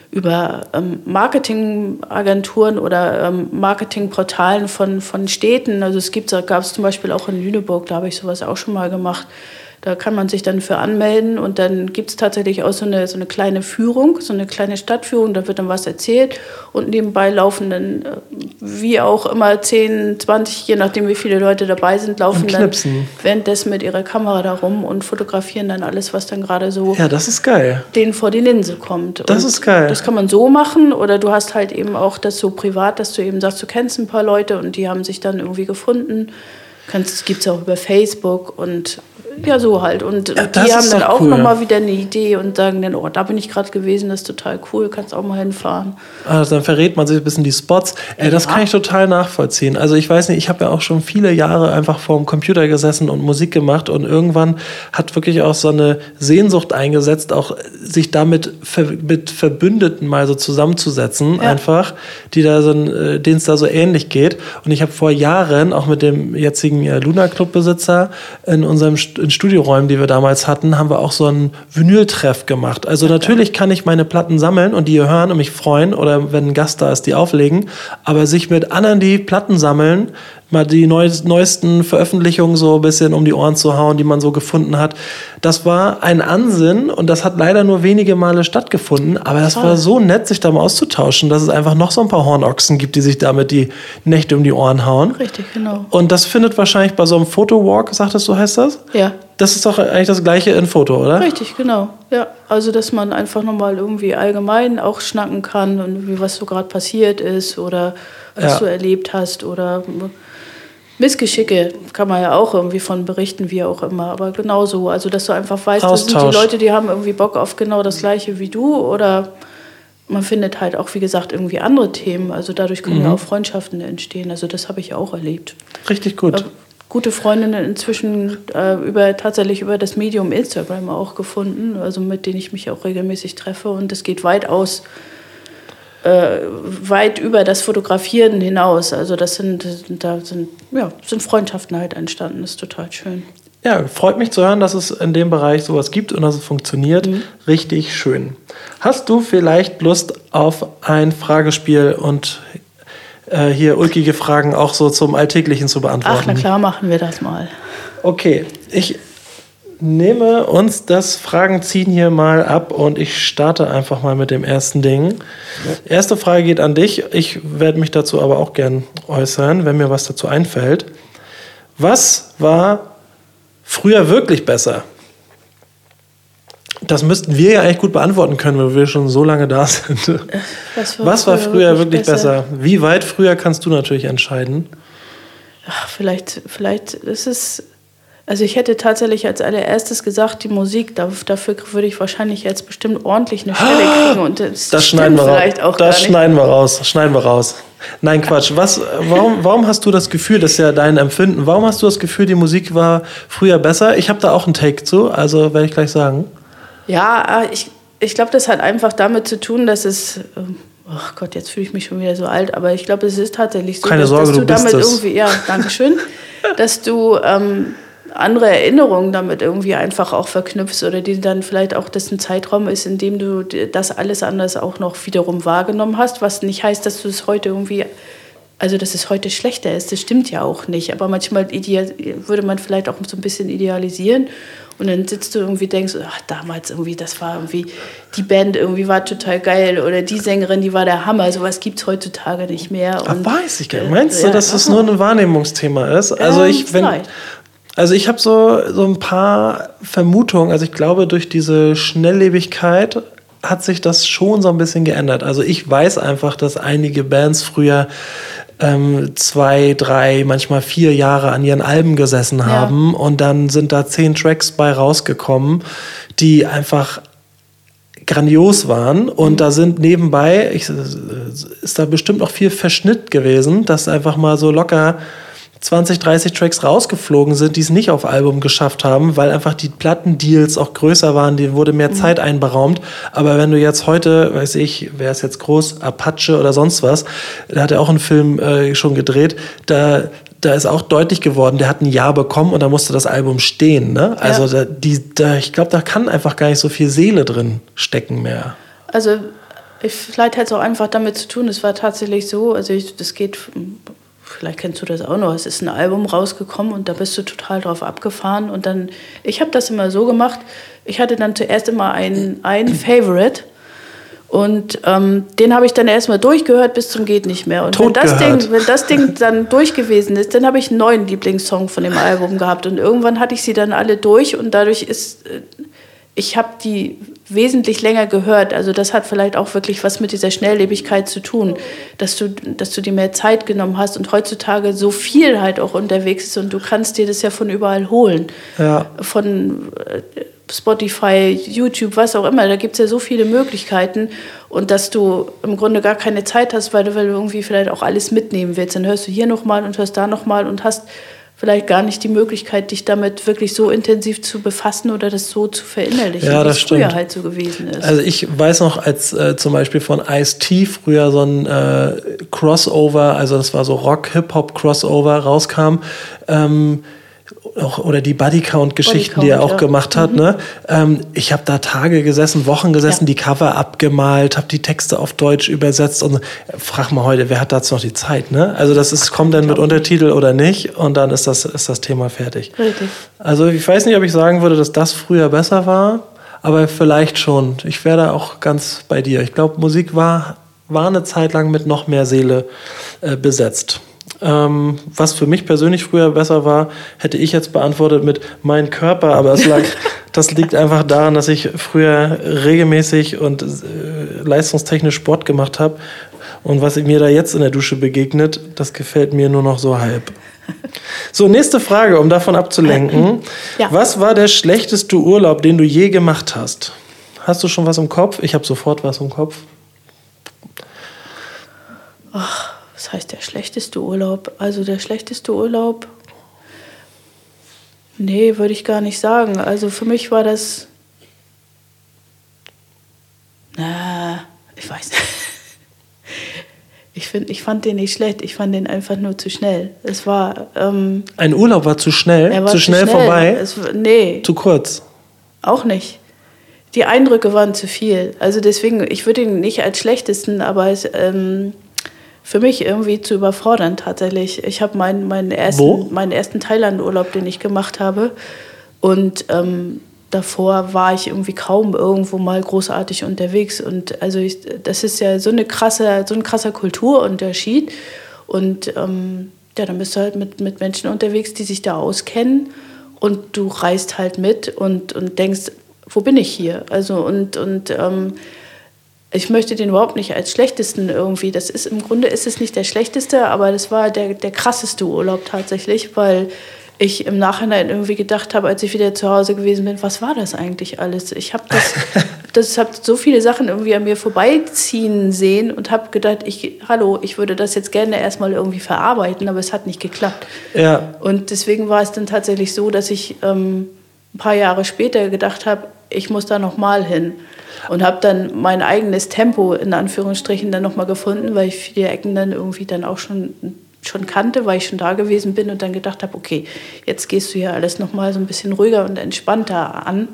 über ähm, Marketingagenturen oder ähm, Marketingportalen von, von Städten. Also es gibt, gab es zum Beispiel auch in Lüneburg, da habe ich sowas auch schon mal gemacht. Da kann man sich dann für anmelden und dann gibt es tatsächlich auch so eine, so eine kleine Führung, so eine kleine Stadtführung, da wird dann was erzählt und nebenbei laufen dann, wie auch immer, zehn, zwanzig, je nachdem wie viele Leute dabei sind, laufen dann währenddessen mit ihrer Kamera da rum und fotografieren dann alles, was dann gerade so ja, das ist geil. denen vor die Linse kommt. Das und ist geil. Das kann man so machen oder du hast halt eben auch das so privat, dass du eben sagst, du kennst ein paar Leute und die haben sich dann irgendwie gefunden. Das gibt es auch über Facebook und ja, so halt. Und ja, die haben dann auch cool. nochmal wieder eine Idee und sagen dann, oh, da bin ich gerade gewesen, das ist total cool, kannst auch mal hinfahren. Also dann verrät man sich ein bisschen die Spots. Ey, das ja. kann ich total nachvollziehen. Also ich weiß nicht, ich habe ja auch schon viele Jahre einfach vor dem Computer gesessen und Musik gemacht und irgendwann hat wirklich auch so eine Sehnsucht eingesetzt, auch sich damit mit Verbündeten mal so zusammenzusetzen, ja. einfach, die da so, denen es da so ähnlich geht. Und ich habe vor Jahren auch mit dem jetzigen Luna Club Besitzer in unserem in Studioräumen, die wir damals hatten, haben wir auch so einen Vinyl-Treff gemacht. Also natürlich kann ich meine Platten sammeln und die hören und mich freuen oder wenn ein Gast da ist, die auflegen, aber sich mit anderen, die Platten sammeln, mal die neuesten Veröffentlichungen so ein bisschen um die Ohren zu hauen, die man so gefunden hat. Das war ein Ansinn und das hat leider nur wenige Male stattgefunden, aber das war so nett, sich da mal auszutauschen, dass es einfach noch so ein paar Hornochsen gibt, die sich damit die Nächte um die Ohren hauen. Richtig, genau. Und das findet wahrscheinlich bei so einem Fotowalk, sagtest du, heißt das? Ja. Das ist doch eigentlich das Gleiche in Foto, oder? Richtig, genau. Ja, also dass man einfach nochmal irgendwie allgemein auch schnacken kann und wie was so gerade passiert ist oder was ja. du erlebt hast oder Missgeschicke kann man ja auch irgendwie von berichten, wie auch immer, aber genauso, also dass du einfach weißt, das sind die Leute, die haben irgendwie Bock auf genau das Gleiche wie du oder man findet halt auch, wie gesagt, irgendwie andere Themen, also dadurch können mhm. ja auch Freundschaften entstehen, also das habe ich auch erlebt. Richtig gut. Ja, gute Freundinnen inzwischen äh, über, tatsächlich über das Medium Instagram auch gefunden, also mit denen ich mich auch regelmäßig treffe und das geht weit aus, äh, weit über das Fotografieren hinaus. Also das sind, da sind, ja, sind Freundschaften halt entstanden, das ist total schön. Ja, freut mich zu hören, dass es in dem Bereich sowas gibt und dass es funktioniert. Mhm. Richtig schön. Hast du vielleicht Lust auf ein Fragespiel und äh, hier ulkige Fragen auch so zum Alltäglichen zu beantworten? Ach, na klar, machen wir das mal. Okay, ich nehme uns das Fragenziehen hier mal ab und ich starte einfach mal mit dem ersten Ding. Ja. Erste Frage geht an dich. Ich werde mich dazu aber auch gern äußern, wenn mir was dazu einfällt. Was war früher wirklich besser? Das müssten wir ja eigentlich gut beantworten können, weil wir schon so lange da sind. Was war, Was war früher, früher wirklich besser? besser? Wie weit früher kannst du natürlich entscheiden? Ach, vielleicht, vielleicht ist es... Also ich hätte tatsächlich als allererstes gesagt, die Musik, dafür würde ich wahrscheinlich jetzt bestimmt ordentlich eine Stelle kriegen. Und das, das schneiden wir vielleicht raus. Auch das schneiden wir raus. Schneiden wir raus. Nein, Quatsch. Was, warum, warum hast du das Gefühl, das ist ja dein Empfinden, warum hast du das Gefühl, die Musik war früher besser? Ich habe da auch einen Take zu, also werde ich gleich sagen. Ja, ich, ich glaube, das hat einfach damit zu tun, dass es... Oh Gott, jetzt fühle ich mich schon wieder so alt, aber ich glaube, es ist tatsächlich so, Keine dass, Sorge, dass du, du bist damit es. irgendwie... Ja, danke schön. dass du... Ähm, andere Erinnerungen damit irgendwie einfach auch verknüpfst oder die dann vielleicht auch das ein Zeitraum ist, in dem du das alles anders auch noch wiederum wahrgenommen hast, was nicht heißt, dass du es heute irgendwie, also dass es heute schlechter ist, das stimmt ja auch nicht, aber manchmal ideal, würde man vielleicht auch so ein bisschen idealisieren und dann sitzt du irgendwie und denkst, ach, damals irgendwie, das war irgendwie, die Band irgendwie war total geil oder die Sängerin, die war der Hammer, sowas gibt es heutzutage nicht mehr. Und, Ach, weiß ich gar nicht. Meinst du, dass das nur ein Wahrnehmungsthema ist? Also ja, ich, wenn... Vielleicht. Also ich habe so, so ein paar Vermutungen. Also ich glaube, durch diese Schnelllebigkeit hat sich das schon so ein bisschen geändert. Also ich weiß einfach, dass einige Bands früher ähm, zwei, drei, manchmal vier Jahre an ihren Alben gesessen haben. Ja. Und dann sind da zehn Tracks bei rausgekommen, die einfach grandios waren. Und mhm. da sind nebenbei, ich, ist da bestimmt auch viel Verschnitt gewesen, dass einfach mal so locker zwanzig, dreißig Tracks rausgeflogen sind, die es nicht auf Album geschafft haben, weil einfach die Plattendeals auch größer waren, denen wurde mehr mhm. Zeit einberaumt. Aber wenn du jetzt heute, weiß ich, wer ist jetzt groß, Apache oder sonst was, da hat er auch einen Film äh, schon gedreht, da, da ist auch deutlich geworden, der hat ein Jahr bekommen und da musste das Album stehen. Ne? Also ja. da, die, da, ich glaube, da kann einfach gar nicht so viel Seele drin stecken mehr. Also Ich, vielleicht hat es auch einfach damit zu tun, es war tatsächlich so, also ich, das geht, vielleicht kennst du das auch noch, es ist ein Album rausgekommen und da bist du total drauf abgefahren und dann, ich habe das immer so gemacht, ich hatte dann zuerst immer einen, einen Favorite und ähm, den habe ich dann erstmal durchgehört bis zum geht nicht mehr. Und wenn das, Ding, wenn das Ding dann durch gewesen ist, dann habe ich einen neuen Lieblingssong von dem Album gehabt und irgendwann hatte ich sie dann alle durch und dadurch ist, ich habe die wesentlich länger gehört. Also das hat vielleicht auch wirklich was mit dieser Schnelllebigkeit zu tun, dass du, dass du dir mehr Zeit genommen hast und heutzutage so viel halt auch unterwegs ist und du kannst dir das ja von überall holen. Ja. Von Spotify, YouTube, was auch immer, da gibt es ja so viele Möglichkeiten und dass du im Grunde gar keine Zeit hast, weil du, weil du irgendwie vielleicht auch alles mitnehmen willst. Dann hörst du hier nochmal und hörst da nochmal und hast vielleicht gar nicht die Möglichkeit, dich damit wirklich so intensiv zu befassen oder das so zu verinnerlichen, ja, wie das es früher stimmt. halt so gewesen ist. Also ich weiß noch, als äh, zum Beispiel von Ice-T früher so ein äh, Crossover, also das war so Rock-Hip-Hop-Crossover rauskam, ähm, auch, oder die Bodycount-Geschichten, Bodycount, die er auch ja. gemacht hat. Mhm. Ne? Ähm, ich habe da Tage gesessen, Wochen gesessen, Ja. die Cover abgemalt, habe die Texte auf Deutsch übersetzt und frag mal heute, wer hat dazu noch die Zeit? Ne? Also das ist, kommt dann mit Untertitel oder nicht und dann ist das, ist das Thema fertig. Richtig. Also ich weiß nicht, ob ich sagen würde, dass das früher besser war, aber vielleicht schon. Ich wäre da auch ganz bei dir. Ich glaube, Musik war, war eine Zeit lang mit noch mehr Seele äh, besetzt. Ähm, was für mich persönlich früher besser war, hätte ich jetzt beantwortet mit mein Körper, aber es lag, das liegt einfach daran, dass ich früher regelmäßig und äh, leistungstechnisch Sport gemacht habe und was mir da jetzt in der Dusche begegnet, das gefällt mir nur noch so halb. So, nächste Frage, um davon abzulenken. Ja. Was war der schlechteste Urlaub, den du je gemacht hast? Hast du schon was im Kopf? Ich habe sofort was im Kopf. Ach, was heißt der schlechteste Urlaub? Also der schlechteste Urlaub? Nee, würde ich gar nicht sagen. Also für mich war das... Na, ich weiß nicht. Ich, find, ich fand den nicht schlecht, ich fand den einfach nur zu schnell. Es war... Ähm, Ein Urlaub war zu schnell? er war zu, schnell zu schnell vorbei? Es, nee, Zu kurz? auch nicht. Die Eindrücke waren zu viel. Also deswegen, ich würde ihn nicht als schlechtesten, aber es, ähm, für mich irgendwie zu überfordern tatsächlich. Ich habe meinen, meinen, ersten, meinen ersten Thailand-Urlaub, den ich gemacht habe. Und ähm, davor war ich irgendwie kaum irgendwo mal großartig unterwegs. Und also ich, das ist ja so eine krasse, so ein krasser Kulturunterschied. Und ähm, ja, dann bist du halt mit, mit Menschen unterwegs, die sich da auskennen. Und du reist halt mit und, und denkst, wo bin ich hier? Also und, und ähm, ich möchte den überhaupt nicht als schlechtesten irgendwie. Das ist im Grunde ist es nicht der schlechteste, aber das war der, der krasseste Urlaub tatsächlich, weil ich im Nachhinein irgendwie gedacht habe, als ich wieder zu Hause gewesen bin, was war das eigentlich alles? Ich habe das, das hab so viele Sachen irgendwie an mir vorbeiziehen sehen und habe gedacht, ich, hallo, ich würde das jetzt gerne erstmal irgendwie verarbeiten, aber es hat nicht geklappt. Ja. Und deswegen war es dann tatsächlich so, dass ich ähm, ein paar Jahre später gedacht habe, ich muss da noch mal hin. Und habe dann mein eigenes Tempo in Anführungsstrichen dann noch mal gefunden, weil ich viele Ecken dann irgendwie dann auch schon, schon kannte, weil ich schon da gewesen bin und dann gedacht habe, okay, jetzt gehst du hier alles noch mal so ein bisschen ruhiger und entspannter an.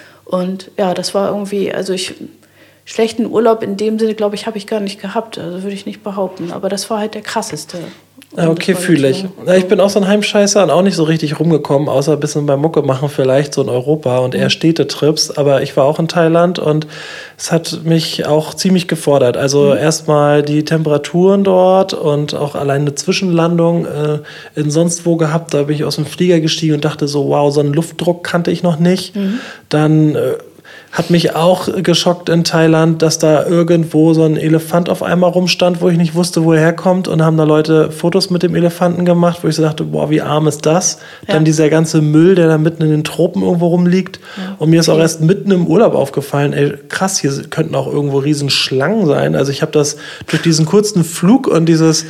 Und ja, das war irgendwie, also ich, schlechten Urlaub in dem Sinne, glaube ich, habe ich gar nicht gehabt. Also würde ich nicht behaupten. Aber das war halt der krasseste. Ja, okay, fühle ich. Ja, ich bin auch so ein Heimscheißer und auch nicht so richtig rumgekommen, außer ein bisschen beim Mucke machen vielleicht so in Europa und eher Städtetrips. Aber ich war auch in Thailand und es hat mich auch ziemlich gefordert. Also mhm. erstmal die Temperaturen dort und auch allein eine Zwischenlandung äh, in sonst wo gehabt. Da bin ich aus dem Flieger gestiegen und dachte so, wow, so einen Luftdruck kannte ich noch nicht. Mhm. Dann... Äh, hat mich auch geschockt in Thailand, dass da irgendwo so ein Elefant auf einmal rumstand, wo ich nicht wusste, wo er herkommt. Und haben da Leute Fotos mit dem Elefanten gemacht, wo ich so dachte, boah, wie arm ist das? Ja. Dann dieser ganze Müll, der da mitten in den Tropen irgendwo rumliegt. Ja. Und mir ist auch erst mitten im Urlaub aufgefallen, ey, krass, hier könnten auch irgendwo riesen Schlangen sein. Also ich habe das durch diesen kurzen Flug und dieses,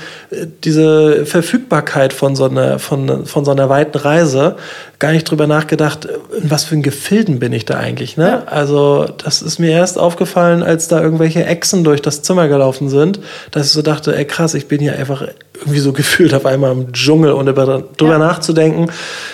diese Verfügbarkeit von so einer, von, von so einer weiten Reise gar nicht drüber nachgedacht, in was für ein Gefilden bin ich da eigentlich, ne? Ja. Also das ist mir erst aufgefallen, als da irgendwelche Echsen durch das Zimmer gelaufen sind, dass ich so dachte, ey krass, ich bin hier einfach irgendwie so gefühlt auf einmal im Dschungel, ohne drüber ja. nachzudenken.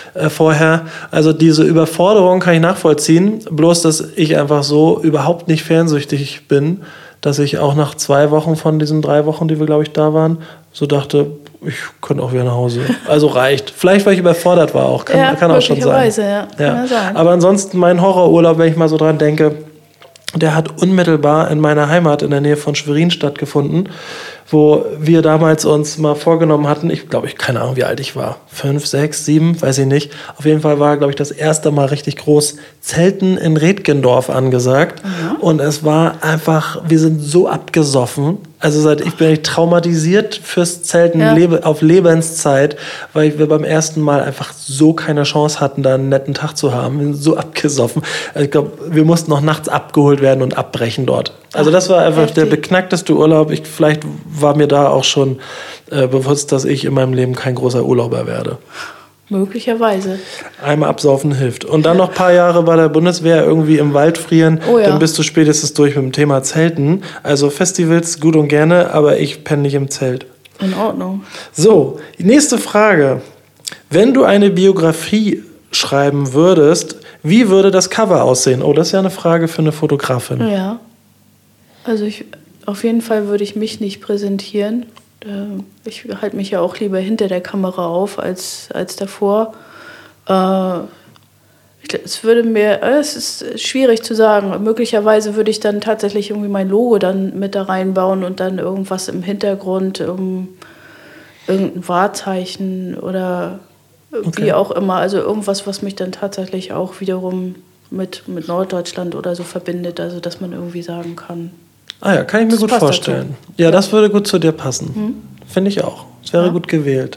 äh, vorher. Also diese Überforderung kann ich nachvollziehen. Bloß, dass ich einfach so überhaupt nicht fernsüchtig bin, dass ich auch nach zwei Wochen von diesen drei Wochen, die wir, glaube ich, da waren, so dachte, ich könnte auch wieder nach Hause. Also reicht. Vielleicht, weil ich überfordert war auch. Kann, ja, kann auch schon sein. Ja, kann ja. sein. Aber ansonsten mein Horrorurlaub, wenn ich mal so dran denke, der hat unmittelbar in meiner Heimat in der Nähe von Schwerin stattgefunden, wo wir damals uns mal vorgenommen hatten, ich glaube, ich keine Ahnung, wie alt ich war, fünf, sechs, sieben, weiß ich nicht. Auf jeden Fall war, glaube ich, das erste Mal richtig groß Zelten in Redgendorf angesagt. Mhm. Und es war einfach, wir sind so abgesoffen. Also seit ich bin ich traumatisiert fürs Zelten ja. lebe, auf Lebenszeit, weil wir beim ersten Mal einfach so keine Chance hatten, da einen netten Tag zu haben. Wir sind so abgesoffen. Also ich glaube, wir mussten noch nachts abgeholt werden und abbrechen dort. Also das war einfach Heftig. der beknackteste Urlaub. Ich, vielleicht war mir da auch schon äh, bewusst, dass ich in meinem Leben kein großer Urlauber werde. Möglicherweise. Einmal absaufen hilft. Und dann noch ein paar Jahre bei der Bundeswehr irgendwie im Wald frieren. Oh ja. Dann bist du spätestens durch mit dem Thema Zelten. Also Festivals gut und gerne, aber ich penne nicht im Zelt. In Ordnung. So, die nächste Frage. Wenn du eine Biografie schreiben würdest, wie würde das Cover aussehen? Oh, das ist ja eine Frage für eine Fotografin. Ja. Also ich, auf jeden Fall würde ich mich nicht präsentieren. Ich halte mich ja auch lieber hinter der Kamera auf als, als davor. Äh, ich, es würde mir, es ist schwierig zu sagen. Möglicherweise würde ich dann tatsächlich irgendwie mein Logo dann mit da reinbauen und dann irgendwas im Hintergrund, um, irgendein Wahrzeichen oder okay. wie auch immer. Also irgendwas, was mich dann tatsächlich auch wiederum mit, mit Norddeutschland oder so verbindet. Also dass man irgendwie sagen kann. Ah ja, kann ich mir das gut vorstellen. Ja, ja, das würde gut zu dir passen. Hm? Finde ich auch. Das wäre ja. gut gewählt.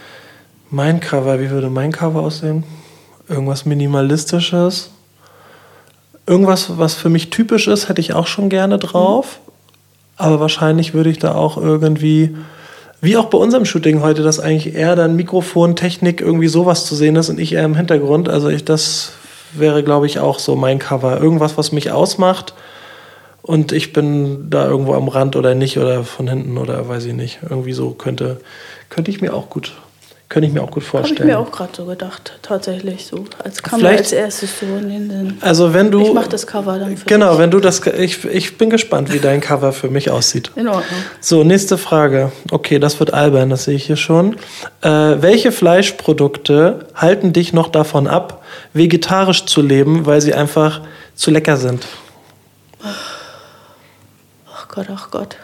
Mein Cover, wie würde mein Cover aussehen? Irgendwas Minimalistisches. Irgendwas, was für mich typisch ist, hätte ich auch schon gerne drauf. Hm. Aber wahrscheinlich würde ich da auch irgendwie, wie auch bei unserem Shooting heute, dass eigentlich eher dann Mikrofon, Technik, irgendwie sowas zu sehen ist und ich eher im Hintergrund. Also ich, das wäre, glaube ich, auch so mein Cover. Irgendwas, was mich ausmacht. Und ich bin da irgendwo am Rand oder nicht oder von hinten oder weiß ich nicht. Irgendwie so könnte, könnte ich mir auch gut, könnte ich mir auch gut vorstellen. Habe ich mir auch gerade so gedacht, tatsächlich so. Als Cover als erstes so in den Sinn. Also wenn du, ich mache das Cover dann für Genau, dich. wenn du das, ich, ich bin gespannt, wie dein Cover für mich aussieht. In Ordnung. So, nächste Frage. Okay, das wird albern, das sehe ich hier schon. Äh, welche Fleischprodukte halten dich noch davon ab, vegetarisch zu leben, weil sie einfach zu lecker sind? Ach Gott, ach Gott.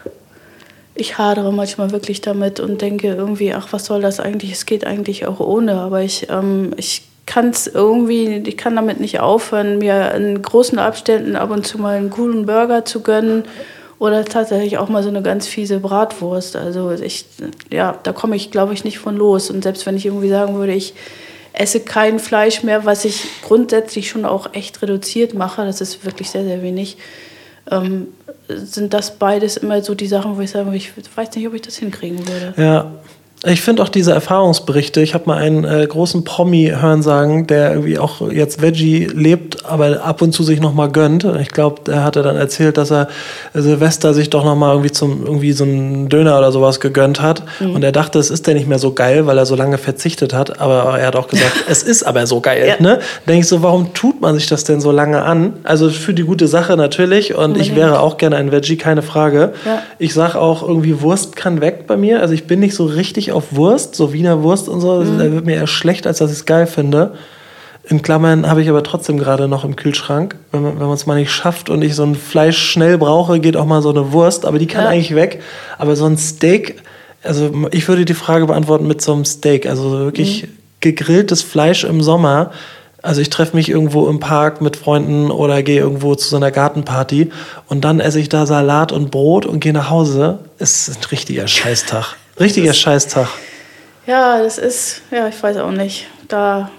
Ich hadere manchmal wirklich damit und denke irgendwie, ach, was soll das eigentlich? Es geht eigentlich auch ohne. Aber ich, ähm, ich kann es irgendwie, ich kann damit nicht aufhören, mir in großen Abständen ab und zu mal einen coolen Burger zu gönnen oder tatsächlich auch mal so eine ganz fiese Bratwurst. Also ich, ja, da komme ich, glaube ich, nicht von los. Und selbst wenn ich irgendwie sagen würde, ich esse kein Fleisch mehr, was ich grundsätzlich schon auch echt reduziert mache, das ist wirklich sehr, sehr wenig, ähm, sind das beides immer so die Sachen, wo ich sage, ich weiß nicht, ob ich das hinkriegen würde. Ja, ich finde auch diese Erfahrungsberichte, ich habe mal einen äh, großen Promi hören sagen, der irgendwie auch jetzt Veggie lebt, aber ab und zu sich nochmal gönnt. Ich glaube, der hatte dann erzählt, dass er Silvester sich doch nochmal irgendwie zum irgendwie so einen Döner oder sowas gegönnt hat. Mhm. Und er dachte, es ist ja nicht mehr so geil, weil er so lange verzichtet hat. Aber er hat auch gesagt, es ist aber so geil. Ja. Ne? Da denke ich so, warum tut man sich das denn so lange an? Also für die gute Sache natürlich. Und Unbedingt. Ich wäre auch gerne ein Veggie, keine Frage. Ja. Ich sage auch irgendwie, Wurst kann weg bei mir. Also ich bin nicht so richtig auf Wurst, so Wiener Wurst und so, mhm. da wird mir eher schlecht, als dass ich es geil finde. In Klammern habe ich aber trotzdem gerade noch im Kühlschrank. Wenn man wenn man es mal nicht schafft und ich so ein Fleisch schnell brauche, geht auch mal so eine Wurst, aber die kann ja. eigentlich weg. Aber so ein Steak, also ich würde die Frage beantworten mit so einem Steak, also wirklich mhm. gegrilltes Fleisch im Sommer. Also ich treffe mich irgendwo im Park mit Freunden oder gehe irgendwo zu so einer Gartenparty und dann esse ich da Salat und Brot und gehe nach Hause. Es ist ein richtiger Scheißtag. Richtiger Scheißtag. Ja, das ist, ja, ich weiß auch nicht. Da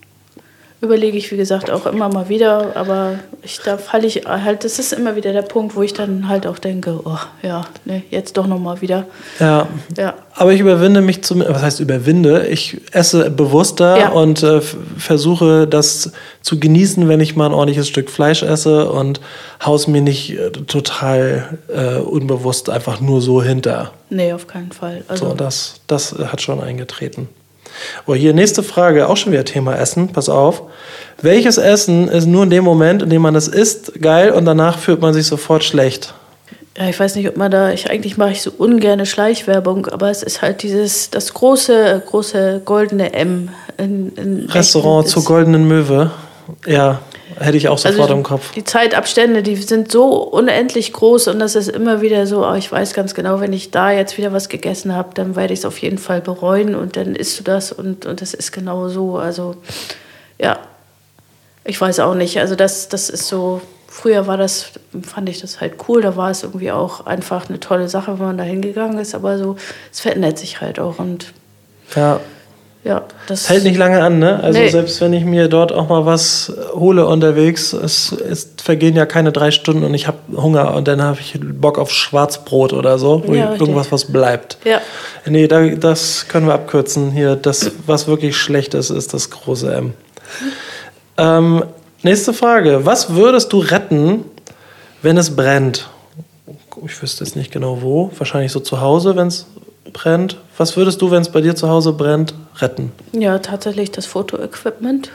überlege ich, wie gesagt, auch immer mal wieder, aber ich, da falle ich halt, das ist immer wieder der Punkt, wo ich dann halt auch denke, oh ja, ne, jetzt doch nochmal wieder. Ja. ja, aber ich überwinde mich zum, was heißt überwinde? Ich esse bewusster ja. und äh, f- versuche das zu genießen, wenn ich mal ein ordentliches Stück Fleisch esse und haus mir nicht äh, total äh, unbewusst einfach nur so hinter. Nee, auf keinen Fall. Also so, das, das hat schon eingetreten. Oh, hier nächste Frage, auch schon wieder Thema Essen. Pass auf. Welches Essen ist nur in dem Moment, in dem man es isst, geil und danach fühlt man sich sofort schlecht? Ja, ich weiß nicht, ob man da, ich, eigentlich mache ich so ungerne Schleichwerbung, aber es ist halt dieses, das große, große goldene M. In, in Restaurant zur Goldenen Möwe. Ja, hätte ich auch sofort also im Kopf. Die Zeitabstände, die sind so unendlich groß und das ist immer wieder so, oh, ich weiß ganz genau, wenn ich da jetzt wieder was gegessen habe, dann werde ich es auf jeden Fall bereuen und dann isst du das und, und das ist genau so. Also ja, ich weiß auch nicht, also das, das ist so... Früher war das, fand ich das halt cool, da war es irgendwie auch einfach eine tolle Sache, wenn man da hingegangen ist, aber so, es verändert sich halt auch und ja, ja das hält nicht lange an, ne? Also nee. Selbst wenn ich mir dort auch mal was hole unterwegs, es, es vergehen ja keine drei Stunden und ich habe Hunger und dann habe ich Bock auf Schwarzbrot oder so, wo ja, irgendwas, was bleibt. Ja. Nee, da, das können wir abkürzen hier. Das, was wirklich schlecht ist, ist das große M. Ähm, Nächste Frage. Was würdest du retten, wenn es brennt? Ich wüsste jetzt nicht genau wo. Wahrscheinlich so zu Hause, wenn es brennt. Was würdest du, wenn es bei dir zu Hause brennt, retten? Ja, tatsächlich das Fotoequipment.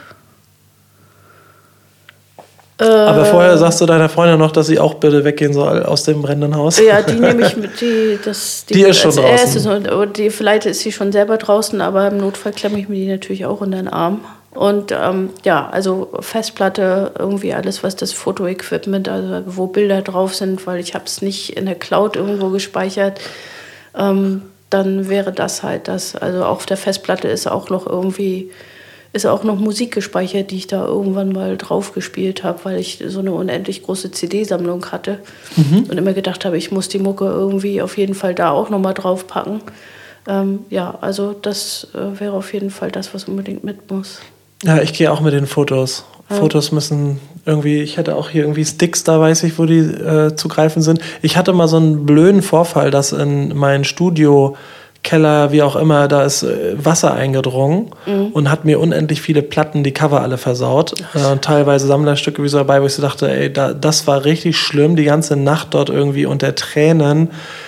Aber vorher sagst du deiner Freundin noch, dass sie auch bitte weggehen soll aus dem brennenden Haus. Ja, die nehme ich mit. Die, das, die, die ist schon draußen. Erstes, und die, vielleicht ist sie schon selber draußen, aber im Notfall klemme ich mir die natürlich auch unter den Arm. Und ähm, ja, also Festplatte, irgendwie alles, was das Fotoequipment, also wo Bilder drauf sind, weil ich habe es nicht in der Cloud irgendwo gespeichert, ähm, dann wäre das halt das. Also auf der Festplatte ist auch noch irgendwie, ist auch noch Musik gespeichert, die ich da irgendwann mal drauf gespielt habe, weil ich so eine unendlich große C D-Sammlung hatte mhm. und immer gedacht habe, ich muss die Mucke irgendwie auf jeden Fall da auch nochmal drauf packen. Ähm, ja, also das äh, wäre auf jeden Fall das, was unbedingt mit muss. Ja, ich gehe auch mit den Fotos. Ja. Fotos müssen irgendwie, ich hätte auch hier irgendwie Sticks, da weiß ich, wo die äh, zu greifen sind. Ich hatte mal so einen blöden Vorfall, dass in meinen Studiokeller, wie auch immer, da ist äh, Wasser eingedrungen mhm. und hat mir unendlich viele Platten, die Cover alle versaut. Äh, teilweise Sammlerstücke wie so dabei, wo ich so dachte, ey, da, das war richtig schlimm, die ganze Nacht dort irgendwie unter Tränen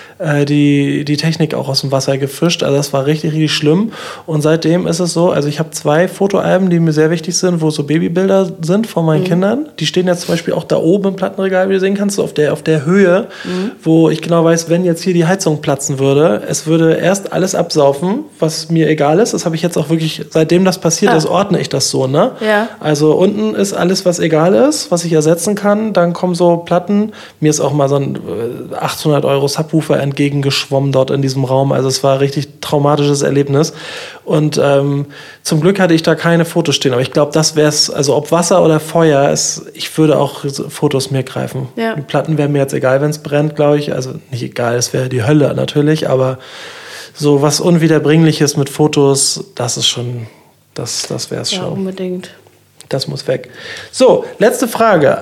die, die Technik auch aus dem Wasser gefischt. Also das war richtig, richtig schlimm. Und seitdem ist es so, also ich habe zwei Fotoalben, die mir sehr wichtig sind, wo so Babybilder sind von meinen mhm. Kindern. Die stehen jetzt zum Beispiel auch da oben im Plattenregal, wie du sehen kannst, auf der, auf der Höhe, mhm. wo ich genau weiß, wenn jetzt hier die Heizung platzen würde, es würde erst alles absaufen, was mir egal ist. Das habe ich jetzt auch wirklich, seitdem das passiert ah. ist, ordne ich das so, ne? Ja. Also unten ist alles, was egal ist, was ich ersetzen kann. Dann kommen so Platten. Mir ist auch mal so ein achthundert Euro Subwoofer entgegengeschwommen dort in diesem Raum. Also es war ein richtig traumatisches Erlebnis. Und ähm, zum Glück hatte ich da keine Fotos stehen. Aber ich glaube, das wäre es, also ob Wasser oder Feuer, ist, ich würde auch Fotos mir greifen. Ja. Die Platten wären mir jetzt egal, wenn es brennt, glaube ich. Also nicht egal, es wäre die Hölle natürlich. Aber so was Unwiederbringliches mit Fotos, das ist schon, das, das wäre es ja, schon. Ja, unbedingt. Das muss weg. So, letzte Frage.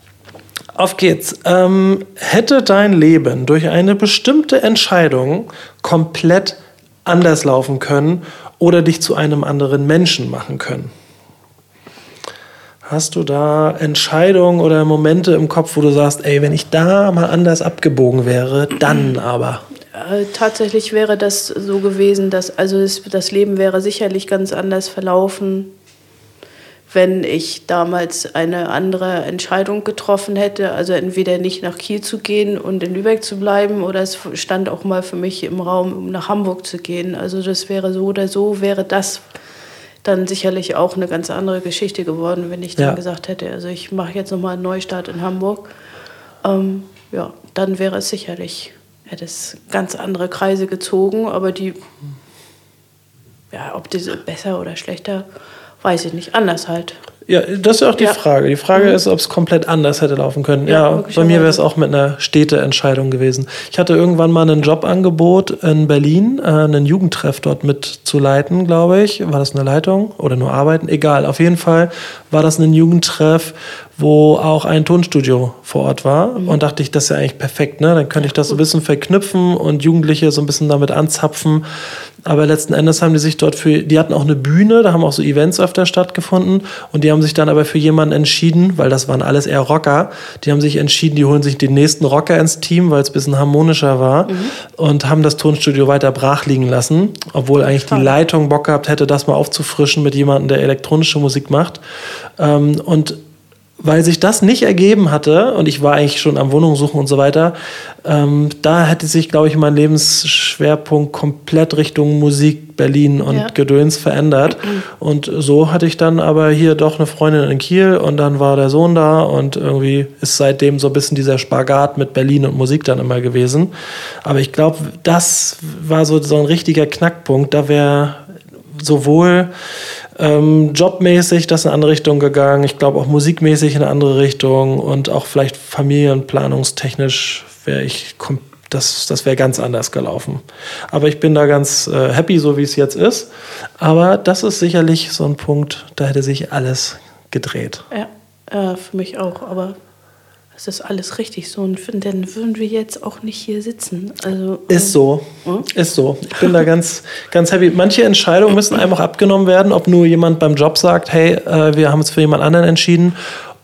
Auf geht's. Ähm, hätte dein Leben durch eine bestimmte Entscheidung komplett anders laufen können oder dich zu einem anderen Menschen machen können? Hast du da Entscheidungen oder Momente im Kopf, wo du sagst, ey, wenn ich da mal anders abgebogen wäre, dann aber? Äh, tatsächlich wäre das so gewesen, dass also das, das Leben wäre sicherlich ganz anders verlaufen, wenn ich damals eine andere Entscheidung getroffen hätte, also entweder nicht nach Kiel zu gehen und in Lübeck zu bleiben, oder es stand auch mal für mich im Raum, um nach Hamburg zu gehen. Also das wäre so oder so, wäre das dann sicherlich auch eine ganz andere Geschichte geworden, wenn ich dann ja. gesagt hätte, also ich mache jetzt nochmal einen Neustart in Hamburg. Ähm, ja, dann wäre es sicherlich, hätte es ganz andere Kreise gezogen, aber die, ja, ob das besser oder schlechter, weiß ich nicht, anders halt. Ja, das ist ja auch die ja. Frage. Die Frage mhm. ist, ob es komplett anders hätte laufen können. Ja, ja bei mir wäre es auch mit einer Städteentscheidung gewesen. Ich hatte irgendwann mal ein Jobangebot in Berlin, äh, einen Jugendtreff dort mitzuleiten, glaube ich. War das eine Leitung oder nur arbeiten? Egal, auf jeden Fall war das ein Jugendtreff, wo auch ein Tonstudio vor Ort war. Mhm. Und dachte ich, das ist ja eigentlich perfekt, ne? Dann könnte ich das so ein bisschen verknüpfen und Jugendliche so ein bisschen damit anzapfen. Aber letzten Endes haben die sich dort für, die hatten auch eine Bühne, da haben auch so Events öfter stattgefunden und die haben sich dann aber für jemanden entschieden, weil das waren alles eher Rocker, die haben sich entschieden, die holen sich den nächsten Rocker ins Team, weil es ein bisschen harmonischer war mhm. und haben das Tonstudio weiter brach liegen lassen, obwohl eigentlich die Leitung Bock gehabt hätte, das mal aufzufrischen mit jemandem, der elektronische Musik macht. Und weil sich das nicht ergeben hatte und ich war eigentlich schon am Wohnung suchen und so weiter, ähm, da hätte sich, glaube ich, mein Lebensschwerpunkt komplett Richtung Musik, Berlin und ja. Gedöns verändert. Mhm. Und so hatte ich dann aber hier doch eine Freundin in Kiel und dann war der Sohn da und irgendwie ist seitdem so ein bisschen dieser Spagat mit Berlin und Musik dann immer gewesen. Aber ich glaube, das war so, so ein richtiger Knackpunkt. Da wäre sowohl ähm, jobmäßig das in eine andere Richtung gegangen, ich glaube auch musikmäßig in eine andere Richtung und auch vielleicht familienplanungstechnisch wäre ich kom- das, das wäre ganz anders gelaufen. Aber ich bin da ganz äh, happy, so wie es jetzt ist. Aber das ist sicherlich so ein Punkt, da hätte sich alles gedreht. Ja, äh, für mich auch, aber es ist alles richtig so und dann würden wir jetzt auch nicht hier sitzen. Also, ist so, hm? ist so. Ich bin da ganz, ganz happy. Manche Entscheidungen müssen einem auch abgenommen werden, ob nur jemand beim Job sagt, hey, äh, wir haben uns für jemand anderen entschieden.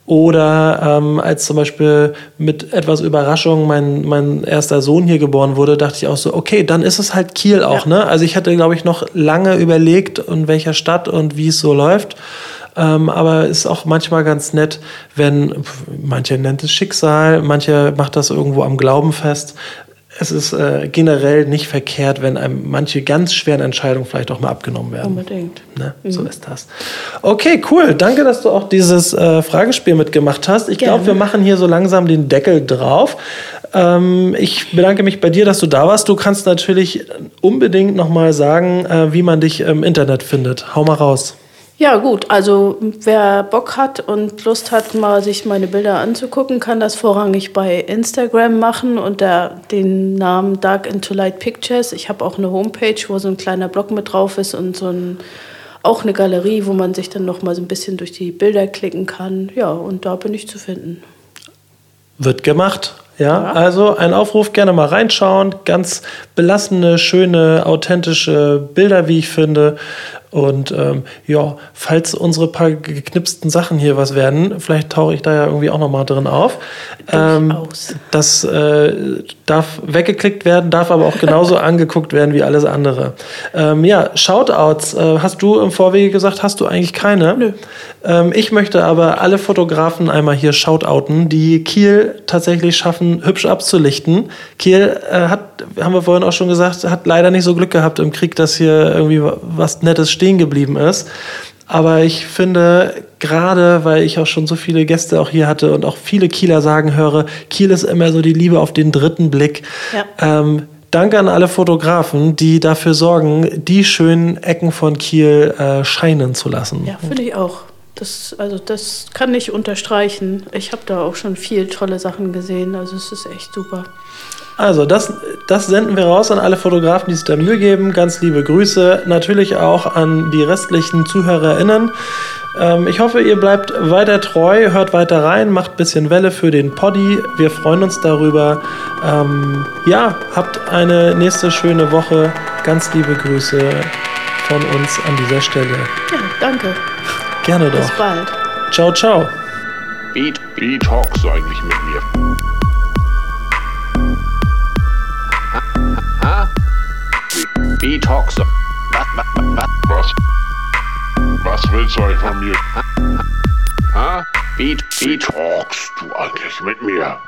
Oder ähm, als zum Beispiel mit etwas Überraschung mein, mein erster Sohn hier geboren wurde, dachte ich auch so, okay, dann ist es halt Kiel auch. Ja. Ne? Also ich hatte, glaube ich, noch lange überlegt, in welcher Stadt und wie es so läuft. Ähm, aber es ist auch manchmal ganz nett, wenn, manche nennt es Schicksal, manche macht das irgendwo am Glauben fest. Es ist äh, generell nicht verkehrt, wenn einem manche ganz schweren Entscheidungen vielleicht auch mal abgenommen werden. Unbedingt. Ne? Mhm. So ist das. Okay, cool. Danke, dass du auch dieses äh, Fragespiel mitgemacht hast. Ich glaube, wir machen hier so langsam den Deckel drauf. Ähm, ich bedanke mich bei dir, dass du da warst. Du kannst natürlich unbedingt nochmal sagen, äh, wie man dich im Internet findet. Hau mal raus. Ja gut, also wer Bock hat und Lust hat, mal sich meine Bilder anzugucken, kann das vorrangig bei Instagram machen unter den Namen Dark into Light Pictures. Ich habe auch eine Homepage, wo so ein kleiner Blog mit drauf ist und so ein, auch eine Galerie, wo man sich dann noch mal so ein bisschen durch die Bilder klicken kann. Ja, und da bin ich zu finden. Wird gemacht. Ja, ja, also ein Aufruf, gerne mal reinschauen. Ganz belassene, schöne, authentische Bilder, wie ich finde. Und ähm, ja, falls unsere paar geknipsten Sachen hier was werden, vielleicht tauche ich da ja irgendwie auch nochmal drin auf. Ähm, das äh, darf weggeklickt werden, darf aber auch genauso angeguckt werden wie alles andere. Ähm, ja, Shoutouts. Äh, hast du im Vorwege gesagt, hast du eigentlich keine? Nö. Ähm, ich möchte aber alle Fotografen einmal hier shoutouten, die Kiel tatsächlich schaffen, hübsch abzulichten. Kiel äh, hat, haben wir vorhin auch schon gesagt, hat leider nicht so Glück gehabt im Krieg, dass hier irgendwie was Nettes stehen geblieben ist. Aber ich finde, gerade weil ich auch schon so viele Gäste auch hier hatte und auch viele Kieler sagen höre, Kiel ist immer so die Liebe auf den dritten Blick. Ja. Ähm, danke an alle Fotografen, die dafür sorgen, die schönen Ecken von Kiel äh, scheinen zu lassen. Ja, finde ich auch. Das, also das kann ich unterstreichen. Ich habe da auch schon viel tolle Sachen gesehen. Also es ist echt super. Also das, das senden wir raus an alle Fotografen, die sich da Mühe geben. Ganz liebe Grüße. Natürlich auch an die restlichen ZuhörerInnen. Ähm, ich hoffe, ihr bleibt weiter treu, hört weiter rein, macht ein bisschen Welle für den Poddy. Wir freuen uns darüber. Ähm, ja, habt eine nächste schöne Woche. Ganz liebe Grüße von uns an dieser Stelle. Ja, danke. Gerne doch. Bis bald. Ciao, ciao. Wie, wie talkst du eigentlich mit mir? Ha? Wie, wie talkst du? Was, was, was? Was? Was willst du eigentlich von mir? Ha? Wie, wie Wie talkst du eigentlich mit mir?